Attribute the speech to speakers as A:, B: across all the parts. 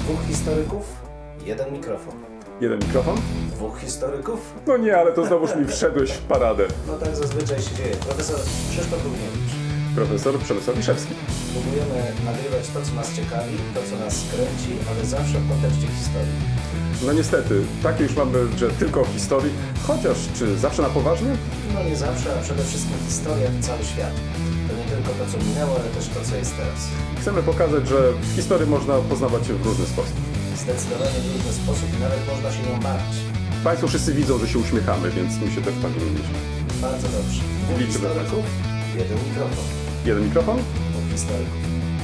A: Dwóch historyków, jeden mikrofon.
B: Jeden mikrofon?
A: Dwóch historyków?
B: No nie, ale to znowuż mi wszedłeś w paradę.
A: No tak zazwyczaj się dzieje. Profesor Krzysztof Równiewicz.
B: Profesor Przemysław Wiszewski.
A: Próbujemy nagrywać to, co nas ciekawi, to, co nas kręci, ale zawsze w kontekście historii.
B: No niestety, takie już mamy, że tylko o historii, chociaż czy zawsze na poważnie?
A: No nie zawsze, a przede wszystkim historia i cały świat. To nie tylko to, co minęło, ale też to, co jest teraz.
B: Chcemy pokazać, że w historii można poznawać się w różny sposób.
A: Zdecydowanie w różny sposób i nawet można się nią bawić.
B: Państwo wszyscy widzą, że się uśmiechamy, więc my się też bawimy nieźle.
A: Bardzo dobrze. Dwóch
B: Liczymy
A: historyków, jeden mikrofon.
B: Jeden mikrofon?
A: Dwóch historyków.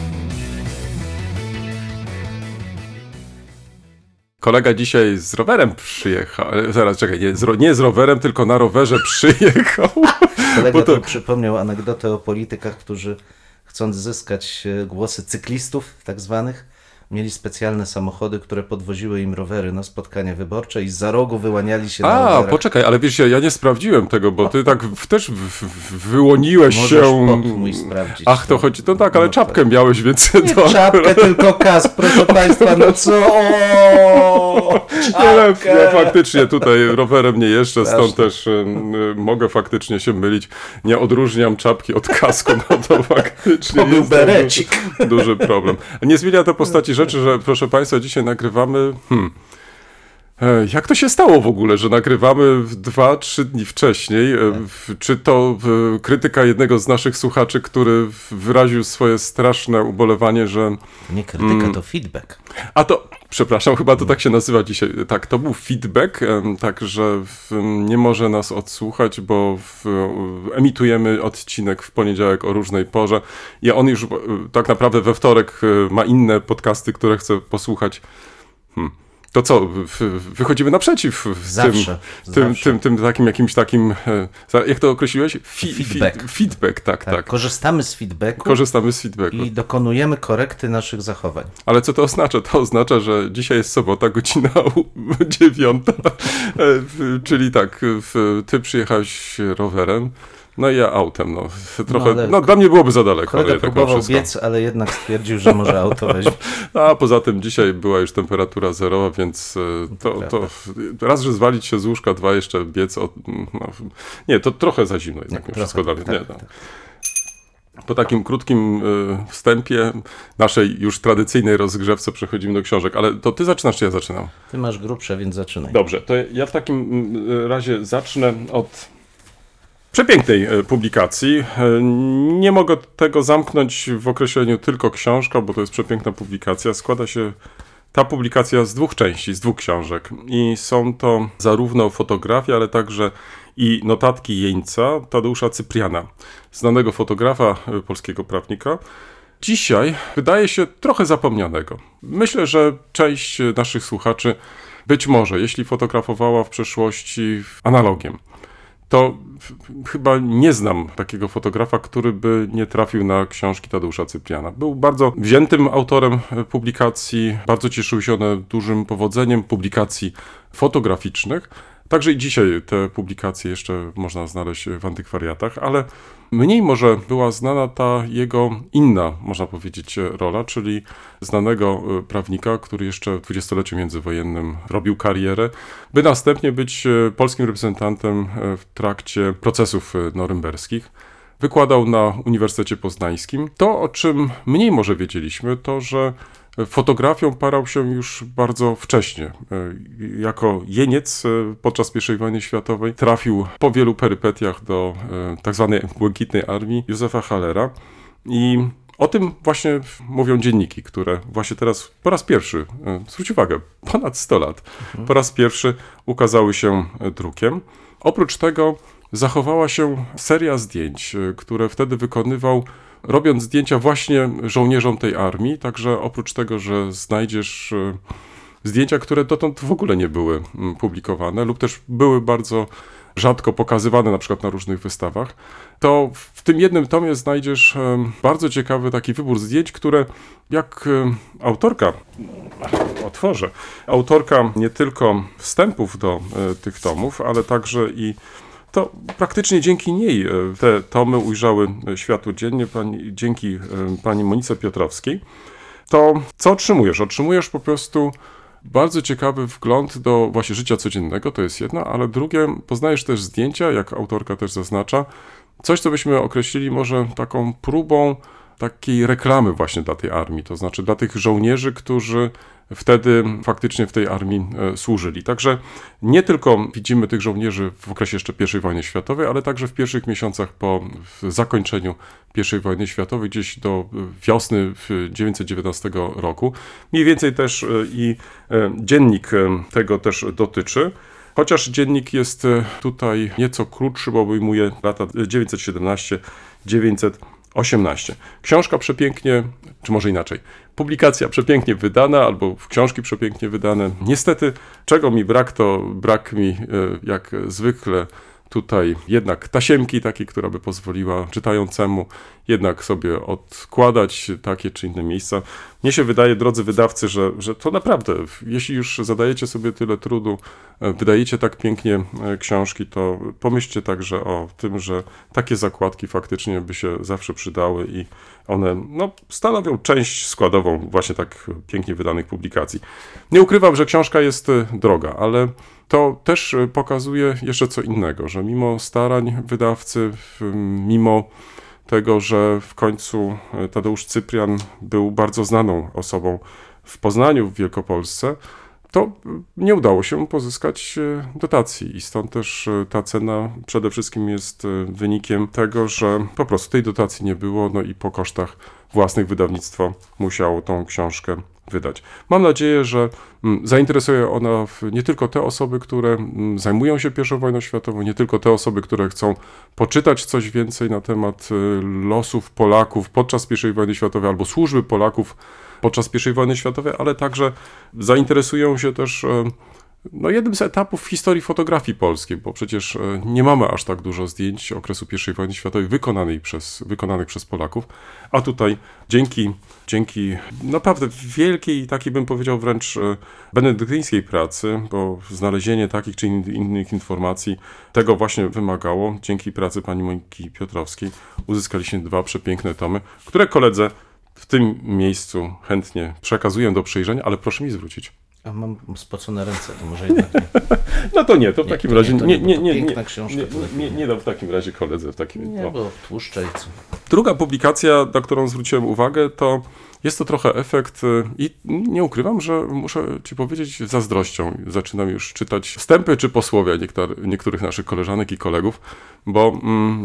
B: Kolega dzisiaj z rowerem przyjechał. Zaraz, czekaj, nie z rowerem, tylko na rowerze przyjechał.
A: Kolega tu przypomniał anegdotę o politykach, którzy chcąc zyskać głosy cyklistów tak zwanych, mieli specjalne samochody, które podwoziły im rowery na spotkania wyborcze i za rogu wyłaniali się na rowerach.
B: Poczekaj, ale wiesz, ja nie sprawdziłem tego, bo ty tak też wyłoniłeś
A: Możesz
B: się...
A: mój sprawdzić.
B: Ach, to chodzi... No tak, ale
A: No
B: czapkę
A: tak.
B: miałeś, więc...
A: Nie czapkę, tylko kask, proszę Państwa, no co?
B: Ja faktycznie tutaj rowerem nie jeżdżę, stąd
A: Straszne.
B: też mogę faktycznie się mylić. Nie odróżniam czapki od kasku, no to faktycznie
A: To był
B: jest
A: berecik.
B: duży problem. Nie zmienia to postaci rzeczy, że proszę Państwa, dzisiaj nagrywamy... Jak to się stało w ogóle, że nagrywamy 2-3 dni wcześniej? Czy to krytyka jednego z naszych słuchaczy, który wyraził swoje straszne ubolewanie, że...
A: Nie krytyka, to feedback.
B: A to, przepraszam, chyba to tak się nazywa dzisiaj. Tak, to był feedback, także nie może nas odsłuchać, bo emitujemy odcinek w poniedziałek o różnej porze i on już tak naprawdę we wtorek ma inne podcasty, które chce posłuchać. To co, wychodzimy naprzeciw
A: Zawsze.
B: tym takim jakimś takim, jak to określiłeś?
A: Feedback.
B: Feedback, tak.
A: Korzystamy z feedbacku
B: Korzystamy z feedbacku.
A: i dokonujemy korekty naszych zachowań.
B: Ale co to oznacza? To oznacza, że dzisiaj jest sobota, godzina 9, czyli tak, ty przyjechałeś rowerem, no i ja autem, trochę,
A: ale
B: dla mnie byłoby za daleko.
A: Kolega
B: ale
A: próbował
B: wszystko.
A: biec, ale jednak stwierdził, że może auto weźmie.
B: A poza tym dzisiaj była już temperatura zerowa, więc to raz, że zwalić się z łóżka, dwa jeszcze biec, nie, to trochę za zimno jednak mi wszystko dalej. Po takim krótkim wstępie naszej już tradycyjnej rozgrzewce przechodzimy do książek, ale to ty zaczynasz, czy ja zaczynam?
A: Ty masz grubsze, więc zaczynaj.
B: Dobrze, to ja w takim razie zacznę od przepięknej publikacji. Nie mogę tego zamknąć w określeniu tylko książka, bo to jest przepiękna publikacja. Składa się ta publikacja z dwóch części, z dwóch książek. I są to zarówno fotografie, ale także i notatki jeńca Tadeusza Cypriana, znanego fotografa, polskiego prawnika. Dzisiaj wydaje się trochę zapomnianego. Myślę, że część naszych słuchaczy być może, jeśli fotografowała w przeszłości analogiem, to chyba nie znam takiego fotografa, który by nie trafił na książki Tadeusza Cypriana. Był bardzo wziętym autorem publikacji, bardzo cieszyły się one dużym powodzeniem publikacji fotograficznych. Także i dzisiaj te publikacje jeszcze można znaleźć w antykwariatach, ale mniej może była znana ta jego inna, można powiedzieć, rola, czyli znanego prawnika, który jeszcze w dwudziestoleciu międzywojennym robił karierę, by następnie być polskim reprezentantem w trakcie procesów norymberskich. Wykładał na Uniwersytecie Poznańskim. To, o czym mniej może wiedzieliśmy, to, że fotografią parał się już bardzo wcześnie. Jako jeniec podczas I wojny światowej trafił po wielu perypetiach do tak zwanej Błękitnej Armii Józefa Hallera i o tym właśnie mówią dzienniki, które właśnie teraz po raz pierwszy, zwróć uwagę, ponad 100 lat, po raz pierwszy ukazały się drukiem. Oprócz tego zachowała się seria zdjęć, które wtedy wykonywał, robiąc zdjęcia właśnie żołnierzom tej armii, także oprócz tego, że znajdziesz zdjęcia, które dotąd w ogóle nie były publikowane lub też były bardzo rzadko pokazywane na przykład na różnych wystawach, to w tym jednym tomie znajdziesz bardzo ciekawy taki wybór zdjęć, które jak autorka, autorka nie tylko wstępów do tych tomów, ale także i to praktycznie dzięki niej te tomy ujrzały światło dzienne, dzięki pani Monice Piotrowskiej. to co otrzymujesz? Otrzymujesz po prostu bardzo ciekawy wgląd do właśnie życia codziennego, to jest jedno, ale drugie, poznajesz też zdjęcia, jak autorka też zaznacza, coś, co byśmy określili może taką próbą takiej reklamy właśnie dla tej armii, to znaczy dla tych żołnierzy, którzy wtedy faktycznie w tej armii służyli. Także nie tylko widzimy tych żołnierzy w okresie jeszcze I wojny światowej, ale także w pierwszych miesiącach po zakończeniu I wojny światowej, gdzieś do wiosny 1919 roku. Mniej więcej też i dziennik tego też dotyczy. Chociaż dziennik jest tutaj nieco krótszy, bo obejmuje lata 917-918. Książka przepięknie, czy może inaczej, publikacja przepięknie wydana, albo książki przepięknie wydane. Niestety, czego mi brak, to brak mi jak zwykle tutaj jednak tasiemki takiej, która by pozwoliła czytającemu jednak sobie odkładać takie czy inne miejsca. Mnie się wydaje, drodzy wydawcy, że to naprawdę, jeśli już zadajecie sobie tyle trudu, wydajecie tak pięknie książki, to pomyślcie także o tym, że takie zakładki faktycznie by się zawsze przydały i one stanowią część składową właśnie tak pięknie wydanych publikacji. Nie ukrywam, że książka jest droga, ale to też pokazuje jeszcze co innego, że mimo starań wydawcy, mimo tego, że w końcu Tadeusz Cyprian był bardzo znaną osobą w Poznaniu, w Wielkopolsce, to nie udało się pozyskać dotacji i stąd też ta cena przede wszystkim jest wynikiem tego, że po prostu tej dotacji nie było, i po kosztach własnych wydawnictwo musiało tą książkę wydać. Mam nadzieję, że zainteresuje ona nie tylko te osoby, które zajmują się I wojną światową, nie tylko te osoby, które chcą poczytać coś więcej na temat losów Polaków podczas I wojny światowej albo służby Polaków podczas I wojny światowej, ale także zainteresują się też jednym z etapów w historii fotografii polskiej, bo przecież nie mamy aż tak dużo zdjęć okresu I wojny światowej wykonanych przez Polaków, a tutaj dzięki naprawdę wielkiej, takiej bym powiedział wręcz benedyktyńskiej pracy, bo znalezienie takich czy innych informacji tego właśnie wymagało. Dzięki pracy pani Moniki Piotrowskiej uzyskaliśmy 2 przepiękne tomy, które koledze w tym miejscu chętnie przekazuję do przejrzenia, ale proszę mi zwrócić.
A: A mam spocone ręce, to może jednak nie.
B: No to nie, to w takim razie
A: Piękna książka.
B: nie dam w takim razie koledze.
A: Nie, bo tłuszcza i co.
B: Druga publikacja, na którą zwróciłem uwagę, to jest to trochę efekt i nie ukrywam, że muszę ci powiedzieć z zazdrością. Zaczynam już czytać wstępy czy posłowia niektórych naszych koleżanek i kolegów, bo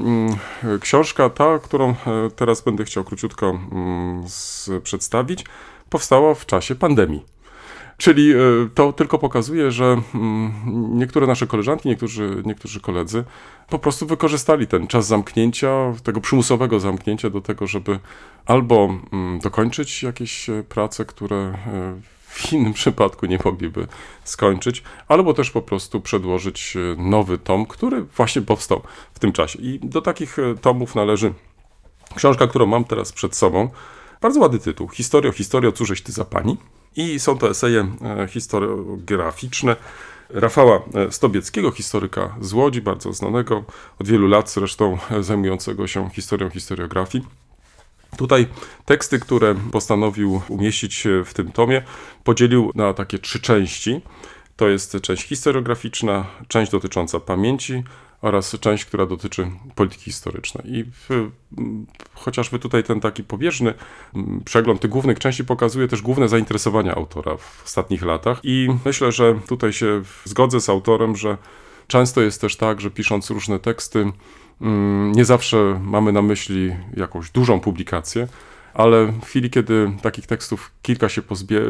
B: książka ta, którą teraz będę chciał króciutko przedstawić, powstała w czasie pandemii. Czyli to tylko pokazuje, że niektóre nasze koleżanki, niektórzy koledzy po prostu wykorzystali ten czas zamknięcia, tego przymusowego zamknięcia do tego, żeby albo dokończyć jakieś prace, które w innym przypadku nie mogliby skończyć, albo też po prostu przedłożyć nowy tom, który właśnie powstał w tym czasie. I do takich tomów należy książka, którą mam teraz przed sobą. Bardzo ładny tytuł. Historio, cóżeś ty za pani? I są to eseje historiograficzne Rafała Stobieckiego, historyka z Łodzi, bardzo znanego, od wielu lat zresztą zajmującego się historiografii. Tutaj teksty, które postanowił umieścić w tym tomie, podzielił na takie 3 części. To jest część historiograficzna, część dotycząca pamięci oraz część, która dotyczy polityki historycznej. I chociażby tutaj ten taki pobieżny przegląd tych głównych części pokazuje też główne zainteresowania autora w ostatnich latach. I myślę, że tutaj się zgodzę z autorem, że często jest też tak, że pisząc różne teksty, nie zawsze mamy na myśli jakąś dużą publikację, ale w chwili, kiedy takich tekstów kilka się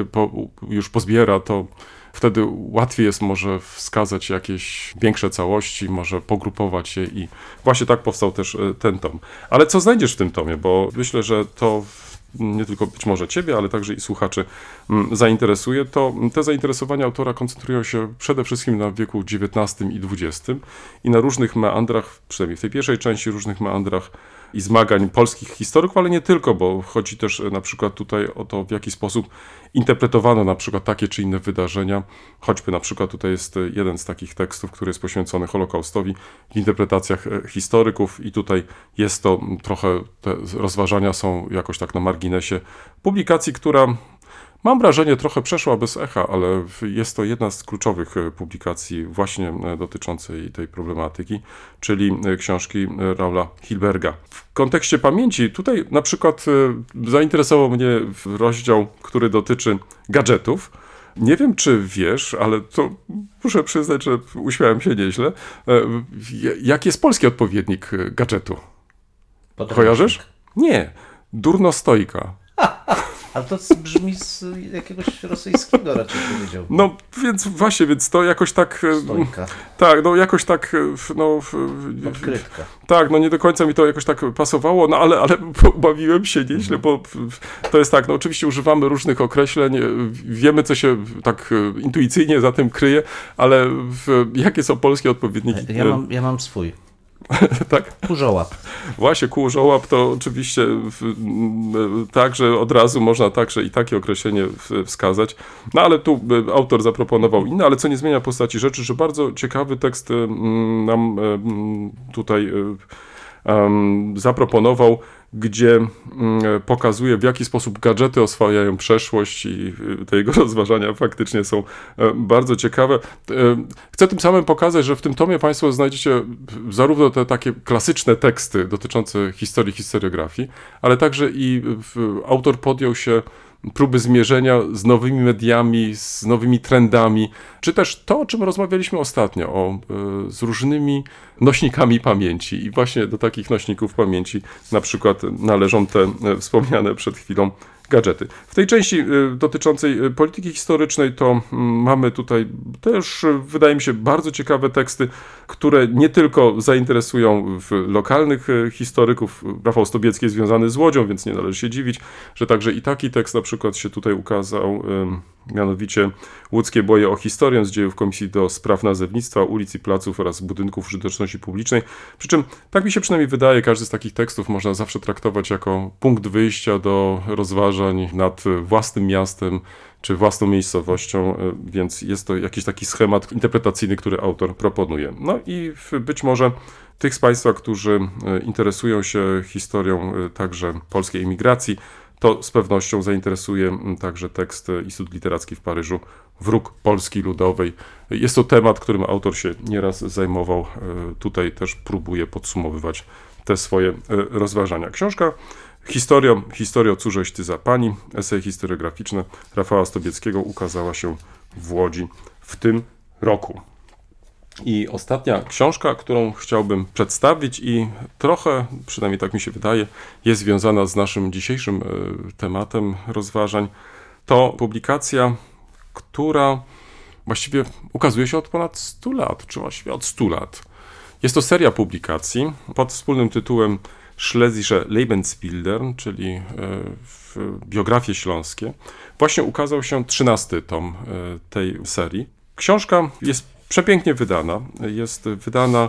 B: już pozbiera, to wtedy łatwiej jest może wskazać jakieś większe całości, może pogrupować je i właśnie tak powstał też ten tom. Ale co znajdziesz w tym tomie? Bo myślę, że to nie tylko być może ciebie, ale także i słuchaczy zainteresuje, to te zainteresowania autora koncentrują się przede wszystkim na wieku XIX i XX i na różnych meandrach, przynajmniej w tej pierwszej części, różnych meandrach i zmagań polskich historyków, ale nie tylko, bo chodzi też na przykład tutaj o to, w jaki sposób interpretowano na przykład takie czy inne wydarzenia. Choćby na przykład tutaj jest jeden z takich tekstów, który jest poświęcony Holokaustowi w interpretacjach historyków i tutaj jest to trochę, te rozważania są jakoś tak na marginesie publikacji, która mam wrażenie, trochę przeszła bez echa, ale jest to jedna z kluczowych publikacji właśnie dotyczącej tej problematyki, czyli książki Raula Hilberga. W kontekście pamięci tutaj na przykład zainteresował mnie rozdział, który dotyczy gadżetów. Nie wiem, czy wiesz, ale to muszę przyznać, że uśmiałem się nieźle. Jaki jest polski odpowiednik gadżetu?
A: Podręcznik.
B: Kojarzysz? Nie. Durnostojka.
A: Ale to brzmi z jakiegoś rosyjskiego raczej powiedziałbym.
B: No więc właśnie, więc to jakoś tak...
A: Stojka,
B: Tak, no jakoś tak... No,
A: odkrytka.
B: tak, no nie do końca mi to jakoś tak pasowało, no ale bawiłem się nieźle, bo to jest tak, no oczywiście używamy różnych określeń, wiemy, co się tak intuicyjnie za tym kryje, ale jakie są polskie odpowiedniki?
A: Ja mam swój.
B: Tak?
A: Kurzołap.
B: Właśnie, kółżołap to oczywiście także od razu można także i takie określenie wskazać. No ale tu autor zaproponował inne, ale co nie zmienia postaci rzeczy, że bardzo ciekawy tekst nam tutaj zaproponował, gdzie pokazuje, w jaki sposób gadżety oswajają przeszłość i te jego rozważania faktycznie są bardzo ciekawe. Chcę tym samym pokazać, że w tym tomie Państwo znajdziecie zarówno te takie klasyczne teksty dotyczące historii, historiografii, ale także i autor podjął się próby zmierzenia z nowymi mediami, z nowymi trendami, czy też to, o czym rozmawialiśmy ostatnio, z różnymi nośnikami pamięci. I właśnie do takich nośników pamięci na przykład należą te wspomniane przed chwilą gadżety. W tej części dotyczącej polityki historycznej to mamy tutaj też, wydaje mi się, bardzo ciekawe teksty, które nie tylko zainteresują lokalnych historyków. Rafał Stobiecki jest związany z Łodzią, więc nie należy się dziwić, że także i taki tekst na przykład się tutaj ukazał, mianowicie Łódzkie boje o historię z dziejów Komisji do Spraw Nazewnictwa, ulic i placów oraz budynków użyteczności publicznej. Przy czym, tak mi się przynajmniej wydaje, każdy z takich tekstów można zawsze traktować jako punkt wyjścia do rozważań nad własnym miastem czy własną miejscowością, więc jest to jakiś taki schemat interpretacyjny, który autor proponuje. No i być może tych z Państwa, którzy interesują się historią także polskiej emigracji, to z pewnością zainteresuje także tekst Instytut Literacki w Paryżu Wróg Polski Ludowej. Jest to temat, którym autor się nieraz zajmował. Tutaj też próbuje podsumowywać te swoje rozważania. Książka Historia cóżeś ty za pani, esej historiograficzne Rafała Stobieckiego ukazała się w Łodzi w tym roku. I ostatnia książka, którą chciałbym przedstawić i trochę, przynajmniej tak mi się wydaje, jest związana z naszym dzisiejszym tematem rozważań, to publikacja, która właściwie ukazuje się od ponad 100 lat, czy właściwie od 100 lat. Jest to seria publikacji pod wspólnym tytułem Schlesische Lebensbilder, czyli biografie śląskie. Właśnie ukazał się 13 tom tej serii. Książka jest przepięknie wydana. Jest wydana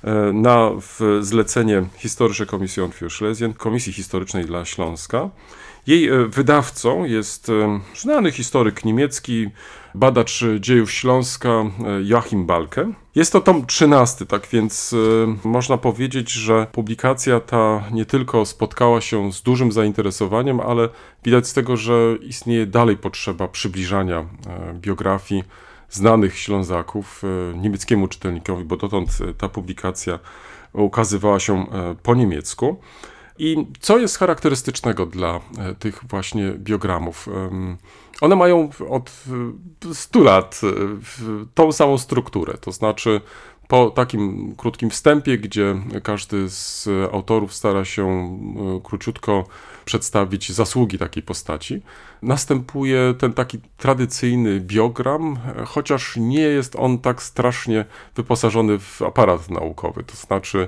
B: na zlecenie Historische Kommission für Schlesien, Komisji Historycznej dla Śląska. Jej wydawcą jest znany historyk niemiecki, badacz dziejów Śląska Joachim Balke. Jest to tom 13, tak więc można powiedzieć, że publikacja ta nie tylko spotkała się z dużym zainteresowaniem, ale widać z tego, że istnieje dalej potrzeba przybliżania biografii znanych Ślązaków niemieckiemu czytelnikowi, bo dotąd ta publikacja ukazywała się po niemiecku. I co jest charakterystycznego dla tych właśnie biogramów? One mają od 100 lat tą samą strukturę, to znaczy po takim krótkim wstępie, gdzie każdy z autorów stara się króciutko przedstawić zasługi takiej postaci, następuje ten taki tradycyjny biogram, chociaż nie jest on tak strasznie wyposażony w aparat naukowy, to znaczy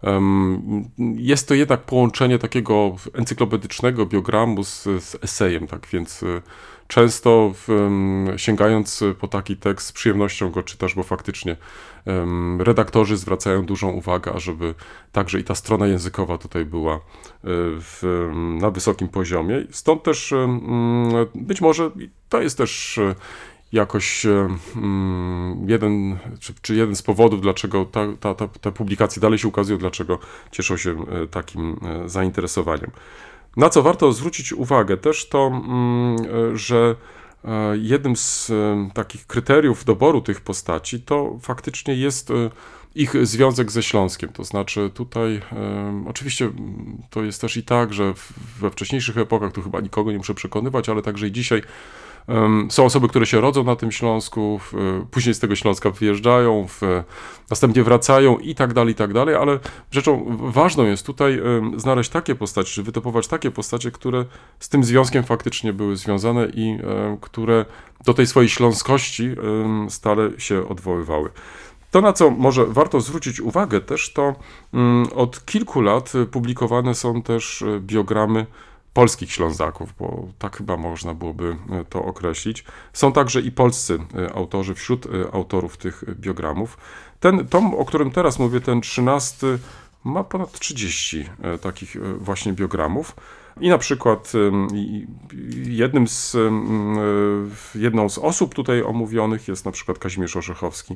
B: jest to jednak połączenie takiego encyklopedycznego biogramu z esejem, tak więc często sięgając po taki tekst z przyjemnością go czytasz, bo faktycznie redaktorzy zwracają dużą uwagę, ażeby także i ta strona językowa tutaj była na wysokim poziomie. Stąd też być może to jest też jakoś jeden z powodów, dlaczego te publikacje dalej się ukazują, dlaczego cieszą się takim zainteresowaniem. Na co warto zwrócić uwagę też to, że jednym z takich kryteriów doboru tych postaci to faktycznie jest ich związek ze Śląskiem. To znaczy tutaj oczywiście to jest też i tak, że we wcześniejszych epokach, tu chyba nikogo nie muszę przekonywać, ale także i dzisiaj są osoby, które się rodzą na tym Śląsku, później z tego Śląska wyjeżdżają, następnie wracają i tak dalej, ale rzeczą ważną jest tutaj znaleźć takie postacie, czy wytypować takie postacie, które z tym związkiem faktycznie były związane i które do tej swojej śląskości stale się odwoływały. To, na co może warto zwrócić uwagę też, to od kilku lat publikowane są też biogramy polskich Ślązaków, bo tak chyba można byłoby to określić. Są także i polscy autorzy wśród autorów tych biogramów. Ten tom, o którym teraz mówię, ten 13, ma ponad 30 takich właśnie biogramów. I na przykład jedną z osób tutaj omówionych jest na przykład Kazimierz Orzechowski.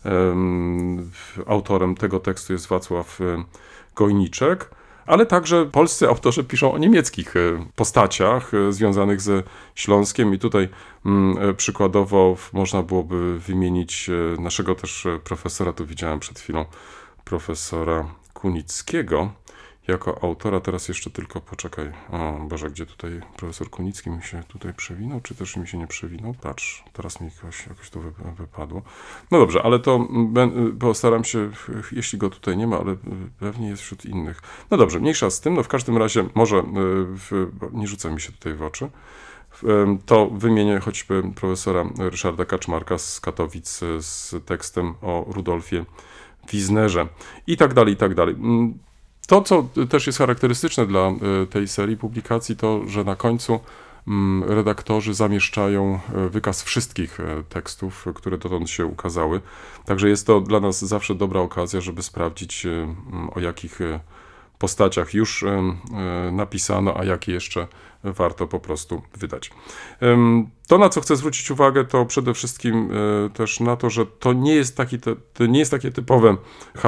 B: Autorem tego tekstu jest Wacław Gojniczek. Ale także polscy autorzy piszą o niemieckich postaciach związanych ze Śląskiem i tutaj przykładowo można byłoby wymienić naszego też profesora, tu widziałem przed chwilą profesora Kunickiego jako autora. Teraz jeszcze tylko poczekaj, o Boże, gdzie tutaj profesor Kunicki mi się tutaj przewinął, czy też mi się nie przewinął? Patrz, teraz mi jakoś to wypadło. No dobrze, ale to postaram się, jeśli go tutaj nie ma, ale pewnie jest wśród innych. No dobrze, mniejsza z tym, no w każdym razie może, nie rzuca mi się tutaj w oczy, to wymienię choćby profesora Ryszarda Kaczmarka z Katowic z tekstem o Rudolfie Wiznerze i tak dalej, i tak dalej. To, co też jest charakterystyczne dla tej serii publikacji, to, że na końcu redaktorzy zamieszczają wykaz wszystkich tekstów, które dotąd się ukazały. Także jest to dla nas zawsze dobra okazja, żeby sprawdzić, o jakich postaciach już napisano, a jakie jeszcze warto po prostu wydać. To, na co chcę zwrócić uwagę, to przede wszystkim też na to, że to nie jest takie typowe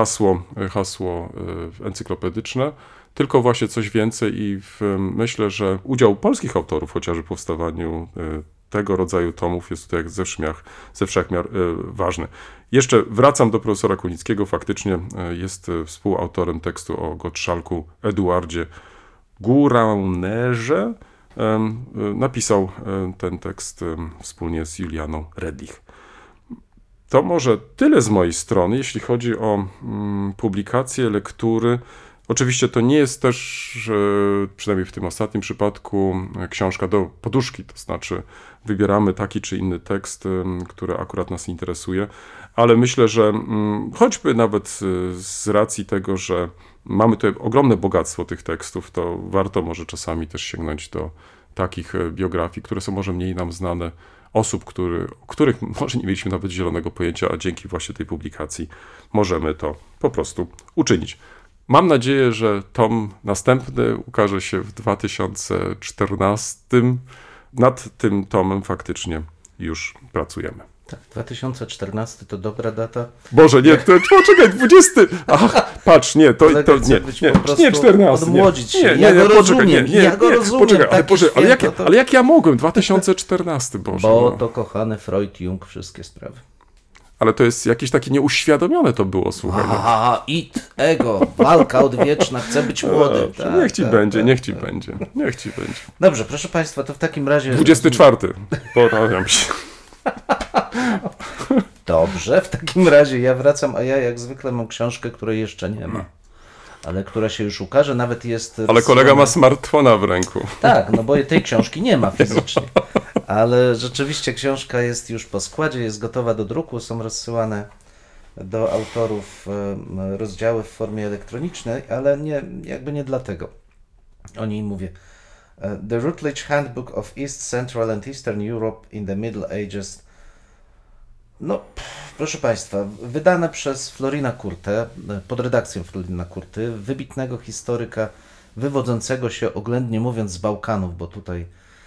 B: hasło encyklopedyczne, tylko właśnie coś więcej i myślę, że udział polskich autorów chociażby w powstawaniu tego rodzaju tomów jest tutaj ze wszechmiar ważny. Jeszcze wracam do profesora Kunickiego. Faktycznie jest współautorem tekstu o Gottschalku Eduardzie Guraunerze. Napisał ten tekst wspólnie z Julianą Redlich. To może tyle z mojej strony, jeśli chodzi o publikacje, lektury. Oczywiście to nie jest też, przynajmniej w tym ostatnim przypadku, książka do poduszki, to znaczy wybieramy taki czy inny tekst, który akurat nas interesuje, ale myślę, że choćby nawet z racji tego, że mamy tutaj ogromne bogactwo tych tekstów, to warto może czasami też sięgnąć do takich biografii, które są może mniej nam znane, osób, o których może nie mieliśmy nawet zielonego pojęcia, a dzięki właśnie tej publikacji możemy to po prostu uczynić. Mam nadzieję, że tom następny ukaże się w 2014. Nad tym tomem faktycznie już pracujemy.
A: Tak, 2014 to dobra data.
B: Boże, nie, to poczekaj, 20. Ach, patrz, nie, to nie, nie 14.
A: Odmłodzić się.
B: Nie,
A: Ja go
B: poczekaj,
A: rozumiem, ja go rozumiem.
B: Poczekaj, ale,
A: takie
B: Boże,
A: święto
B: ale jak ja mogłem? 2014, Boże.
A: Bo
B: no.
A: to kochany Freud, Jung, wszystkie sprawy.
B: Ale to jest jakieś takie nieuświadomione to było, słuchaj. No.
A: Aha, ego, walka odwieczna, chcę być młody.
B: Dobrze, niech ci będzie, niech ci będzie.
A: Dobrze, proszę Państwa, to w takim razie...
B: 24. Porawiam się.
A: Dobrze, w takim razie ja wracam, a ja jak zwykle mam książkę, której jeszcze nie ma. Ale która się już ukaże, nawet jest...
B: Ale kolega ma smartfona w ręku.
A: Tak, no bo tej książki nie ma fizycznie. Ale rzeczywiście książka jest już po składzie, jest gotowa do druku, są rozsyłane do autorów rozdziały w formie elektronicznej, ale nie dlatego. O niej mówię. The Routledge Handbook of East, Central and Eastern Europe in the Middle Ages. No, proszę Państwa, wydane przez Florina Kurtę, pod redakcją Florina Kurty, wybitnego historyka wywodzącego się, oględnie mówiąc, z Bałkanów, bo tutaj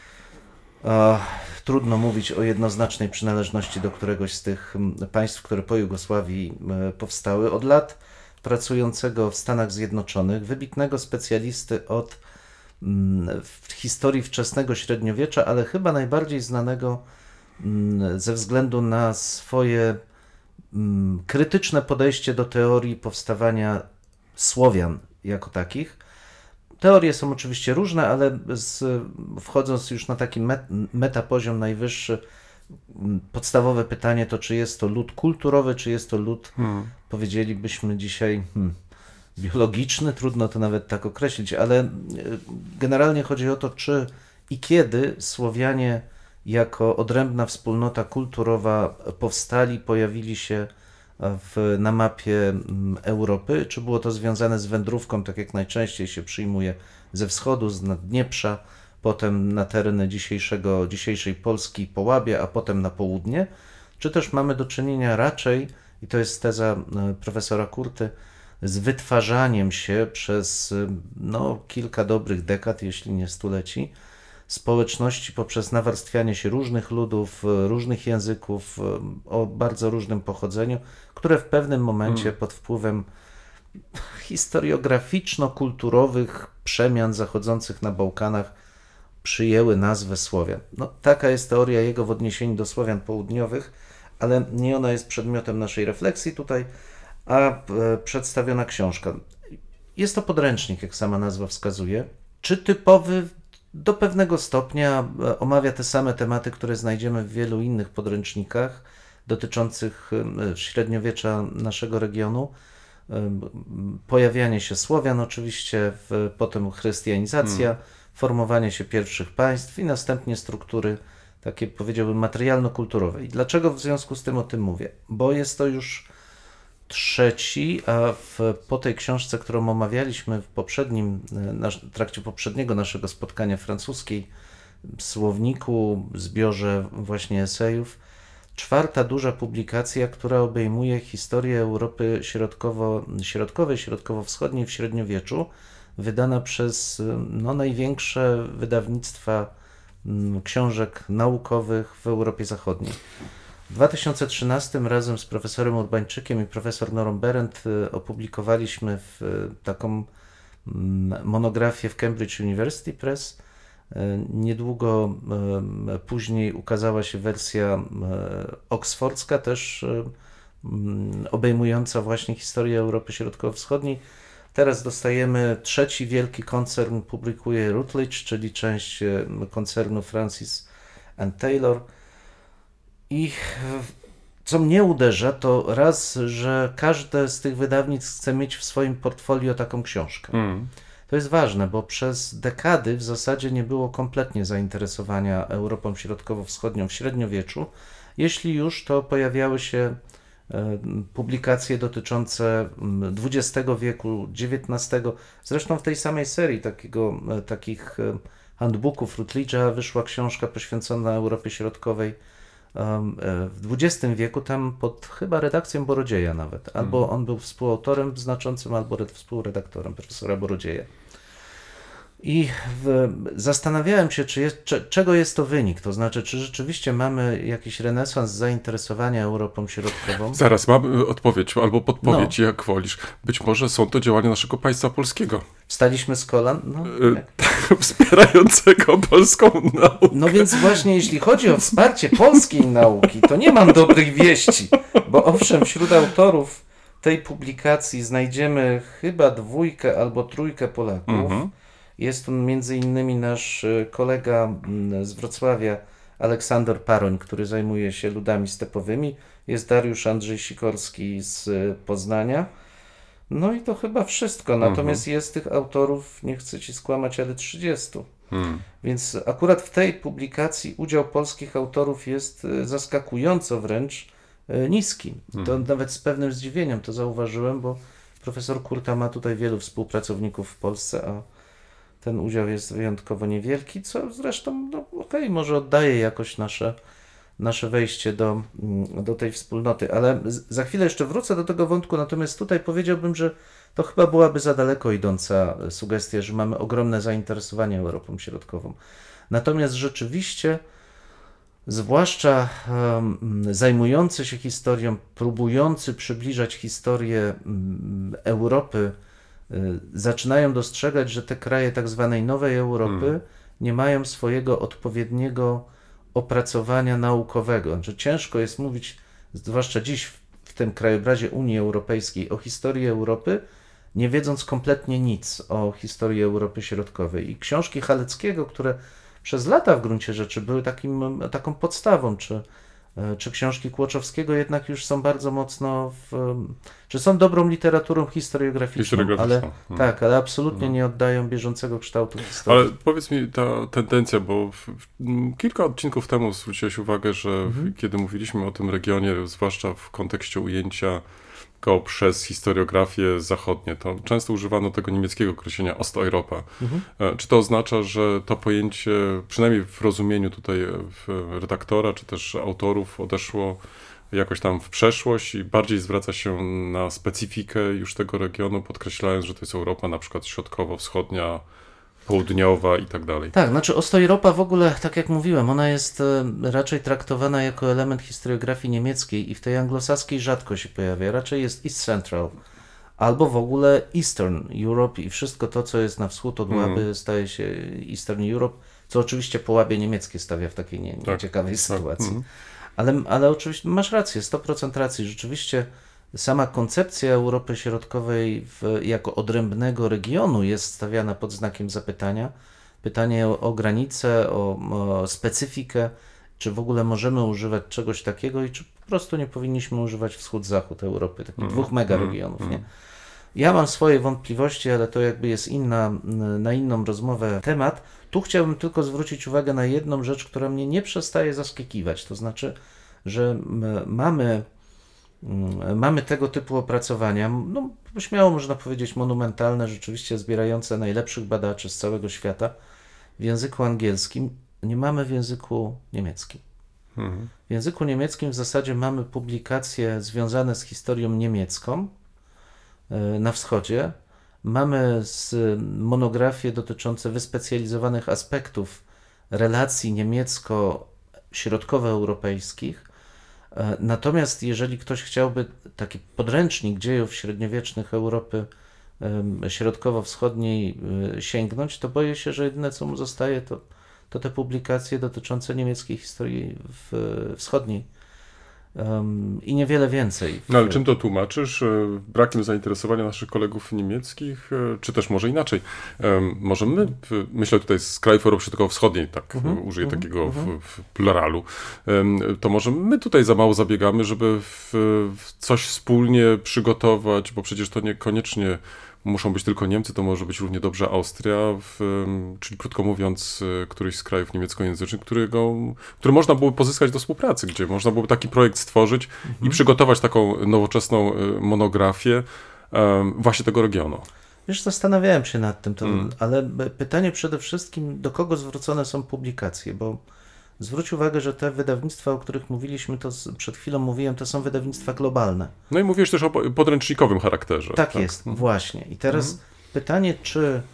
A: trudno mówić o jednoznacznej przynależności do któregoś z tych państw, które po Jugosławii powstały. Od lat pracującego w Stanach Zjednoczonych, wybitnego specjalisty od w historii wczesnego średniowiecza, ale chyba najbardziej znanego ze względu na swoje krytyczne podejście do teorii powstawania Słowian jako takich. Teorie są oczywiście różne, ale wchodząc już na taki metapoziom najwyższy, podstawowe pytanie to, czy jest to lud kulturowy, czy jest to lud, powiedzielibyśmy dzisiaj, biologiczny, trudno to nawet tak określić, ale generalnie chodzi o to, czy i kiedy Słowianie jako odrębna wspólnota kulturowa powstali, pojawili się na mapie Europy, czy było to związane z wędrówką, tak jak najczęściej się przyjmuje, ze wschodu, z Naddnieprza, potem na tereny dzisiejszej Polski, Połabia, a potem na południe, czy też mamy do czynienia raczej, i to jest teza profesora Kurty, z wytwarzaniem się przez kilka dobrych dekad, jeśli nie stuleci, społeczności poprzez nawarstwianie się różnych ludów, różnych języków o bardzo różnym pochodzeniu, które w pewnym momencie pod wpływem historiograficzno-kulturowych przemian zachodzących na Bałkanach przyjęły nazwę Słowian. Taka jest teoria jego w odniesieniu do Słowian południowych, ale nie ona jest przedmiotem naszej refleksji tutaj, a przedstawiona książka. Jest to podręcznik, jak sama nazwa wskazuje, czy typowy do pewnego stopnia, omawia te same tematy, które znajdziemy w wielu innych podręcznikach dotyczących średniowiecza naszego regionu. Pojawianie się Słowian oczywiście, potem chrystianizacja, formowanie się pierwszych państw i następnie struktury takie, powiedziałbym, materialno-kulturowe. I dlaczego w związku z tym o tym mówię? Bo jest to już trzeci, a po tej książce, którą omawialiśmy w trakcie poprzedniego naszego spotkania francuskiej, słowniku, zbiorze właśnie esejów, czwarta duża publikacja, która obejmuje historię Europy środkowej, środkowo-wschodniej w średniowieczu, wydana przez największe wydawnictwa książek naukowych w Europie Zachodniej. W 2013 razem z profesorem Urbańczykiem i profesor Norą Berendt opublikowaliśmy taką monografię w Cambridge University Press. Niedługo później ukazała się wersja oksfordzka, też obejmująca właśnie historię Europy Środkowo-Wschodniej. Teraz dostajemy trzeci wielki koncern, publikuje Routledge, czyli część koncernu Francis and Taylor. I co mnie uderza, to raz, że każde z tych wydawnictw chce mieć w swoim portfolio taką książkę. To jest ważne, bo przez dekady w zasadzie nie było kompletnie zainteresowania Europą Środkowo-Wschodnią w średniowieczu. Jeśli już, to pojawiały się publikacje dotyczące XX wieku, XIX. Zresztą w tej samej serii takich handbooków Routledge'a wyszła książka poświęcona Europie Środkowej w XX wieku, tam pod chyba redakcją Borodzieja nawet. Albo on był współautorem znaczącym, albo współredaktorem profesora Borodzieja. I zastanawiałem się, czego jest to wynik, to znaczy, czy rzeczywiście mamy jakiś renesans zainteresowania Europą Środkową.
B: Zaraz, mamy odpowiedź albo podpowiedź, jak wolisz. Być może są to działania naszego państwa polskiego.
A: Wstaliśmy z kolan?
B: Wspierającego polską naukę.
A: No więc właśnie, jeśli chodzi o wsparcie polskiej nauki, to nie mam dobrych wieści, bo owszem, wśród autorów tej publikacji znajdziemy chyba 2 albo 3 Polaków. Jest on między innymi nasz kolega z Wrocławia, Aleksander Paroń, który zajmuje się ludami stepowymi. Jest Dariusz Andrzej Sikorski z Poznania. No i to chyba wszystko. Natomiast jest tych autorów, nie chcę ci skłamać, ale 30. Więc akurat w tej publikacji udział polskich autorów jest zaskakująco wręcz niski. To nawet z pewnym zdziwieniem to zauważyłem, bo profesor Kurta ma tutaj wielu współpracowników w Polsce, a ten udział jest wyjątkowo niewielki, co zresztą, może oddaje jakoś nasze wejście do tej wspólnoty. Ale za chwilę jeszcze wrócę do tego wątku, natomiast tutaj powiedziałbym, że to chyba byłaby za daleko idąca sugestia, że mamy ogromne zainteresowanie Europą Środkową. Natomiast rzeczywiście, zwłaszcza zajmujący się historią, próbujący przybliżać historię Europy zaczynają dostrzegać, że te kraje tak zwanej Nowej Europy nie mają swojego odpowiedniego opracowania naukowego. Znaczy, ciężko jest mówić, zwłaszcza dziś w tym krajobrazie Unii Europejskiej, o historii Europy, nie wiedząc kompletnie nic o historii Europy Środkowej. I książki Haleckiego, które przez lata w gruncie rzeczy były taką podstawą, czy książki Kłoczowskiego jednak już są bardzo mocno czy są dobrą literaturą historiograficzną, ale tak, ale absolutnie nie oddają bieżącego kształtu historii.
B: Ale powiedz mi, ta tendencja, bo kilka odcinków temu zwróciłeś uwagę, że kiedy mówiliśmy o tym regionie, zwłaszcza w kontekście ujęcia go przez historiografię zachodnie, to często używano tego niemieckiego określenia Osteuropa. Czy to oznacza, że to pojęcie, przynajmniej w rozumieniu tutaj redaktora, czy też autorów, odeszło jakoś tam w przeszłość i bardziej zwraca się na specyfikę już tego regionu, podkreślając, że to jest Europa na przykład środkowo-wschodnia, południowa i tak dalej.
A: Tak, znaczy Osteuropa w ogóle, tak jak mówiłem, ona jest raczej traktowana jako element historiografii niemieckiej i w tej anglosaskiej rzadko się pojawia. Raczej jest East Central albo w ogóle Eastern Europe i wszystko to, co jest na wschód od Łaby, staje się Eastern Europe, co oczywiście Połabie niemieckie stawia w takiej nieciekawej sytuacji. Ale oczywiście masz rację, 100% racji. Rzeczywiście sama koncepcja Europy Środkowej jako odrębnego regionu jest stawiana pod znakiem zapytania. Pytanie o granice, o specyfikę, czy w ogóle możemy używać czegoś takiego i czy po prostu nie powinniśmy używać wschód-zachód Europy, takich dwóch megaregionów. Nie? Ja mam swoje wątpliwości, ale to jakby jest na inną rozmowę temat. Tu chciałbym tylko zwrócić uwagę na jedną rzecz, która mnie nie przestaje zaskakiwać. To znaczy, że mamy tego typu opracowania, no śmiało można powiedzieć monumentalne, rzeczywiście zbierające najlepszych badaczy z całego świata w języku angielskim. Nie mamy w języku niemieckim. W języku niemieckim w zasadzie mamy publikacje związane z historią niemiecką na wschodzie. Mamy monografie dotyczące wyspecjalizowanych aspektów relacji niemiecko-środkowoeuropejskich. Natomiast jeżeli ktoś chciałby taki podręcznik dziejów średniowiecznych Europy środkowo-wschodniej sięgnąć, to boję się, że jedyne co mu zostaje to te publikacje dotyczące niemieckiej historii wschodniej i niewiele więcej.
B: No ale czym to tłumaczysz? Brakiem zainteresowania naszych kolegów niemieckich? Czy też może inaczej? Może my, myślę tutaj z krajów Europy Środkowo-Wschodniej, tak użyję takiego w pluralu, to może my tutaj za mało zabiegamy, żeby coś wspólnie przygotować, bo przecież to niekoniecznie muszą być tylko Niemcy, to może być równie dobrze Austria, czyli krótko mówiąc któryś z krajów niemieckojęzycznych, który można byłoby pozyskać do współpracy, gdzie można byłoby taki projekt stworzyć i przygotować taką nowoczesną monografię właśnie tego regionu.
A: Wiesz, zastanawiałem się nad tym, ale pytanie przede wszystkim, do kogo zwrócone są publikacje, bo zwróć uwagę, że te wydawnictwa, o których mówiliśmy, to przed chwilą mówiłem, to są wydawnictwa globalne.
B: No i mówisz też o podręcznikowym charakterze.
A: Tak jest, właśnie. I teraz pytanie, czy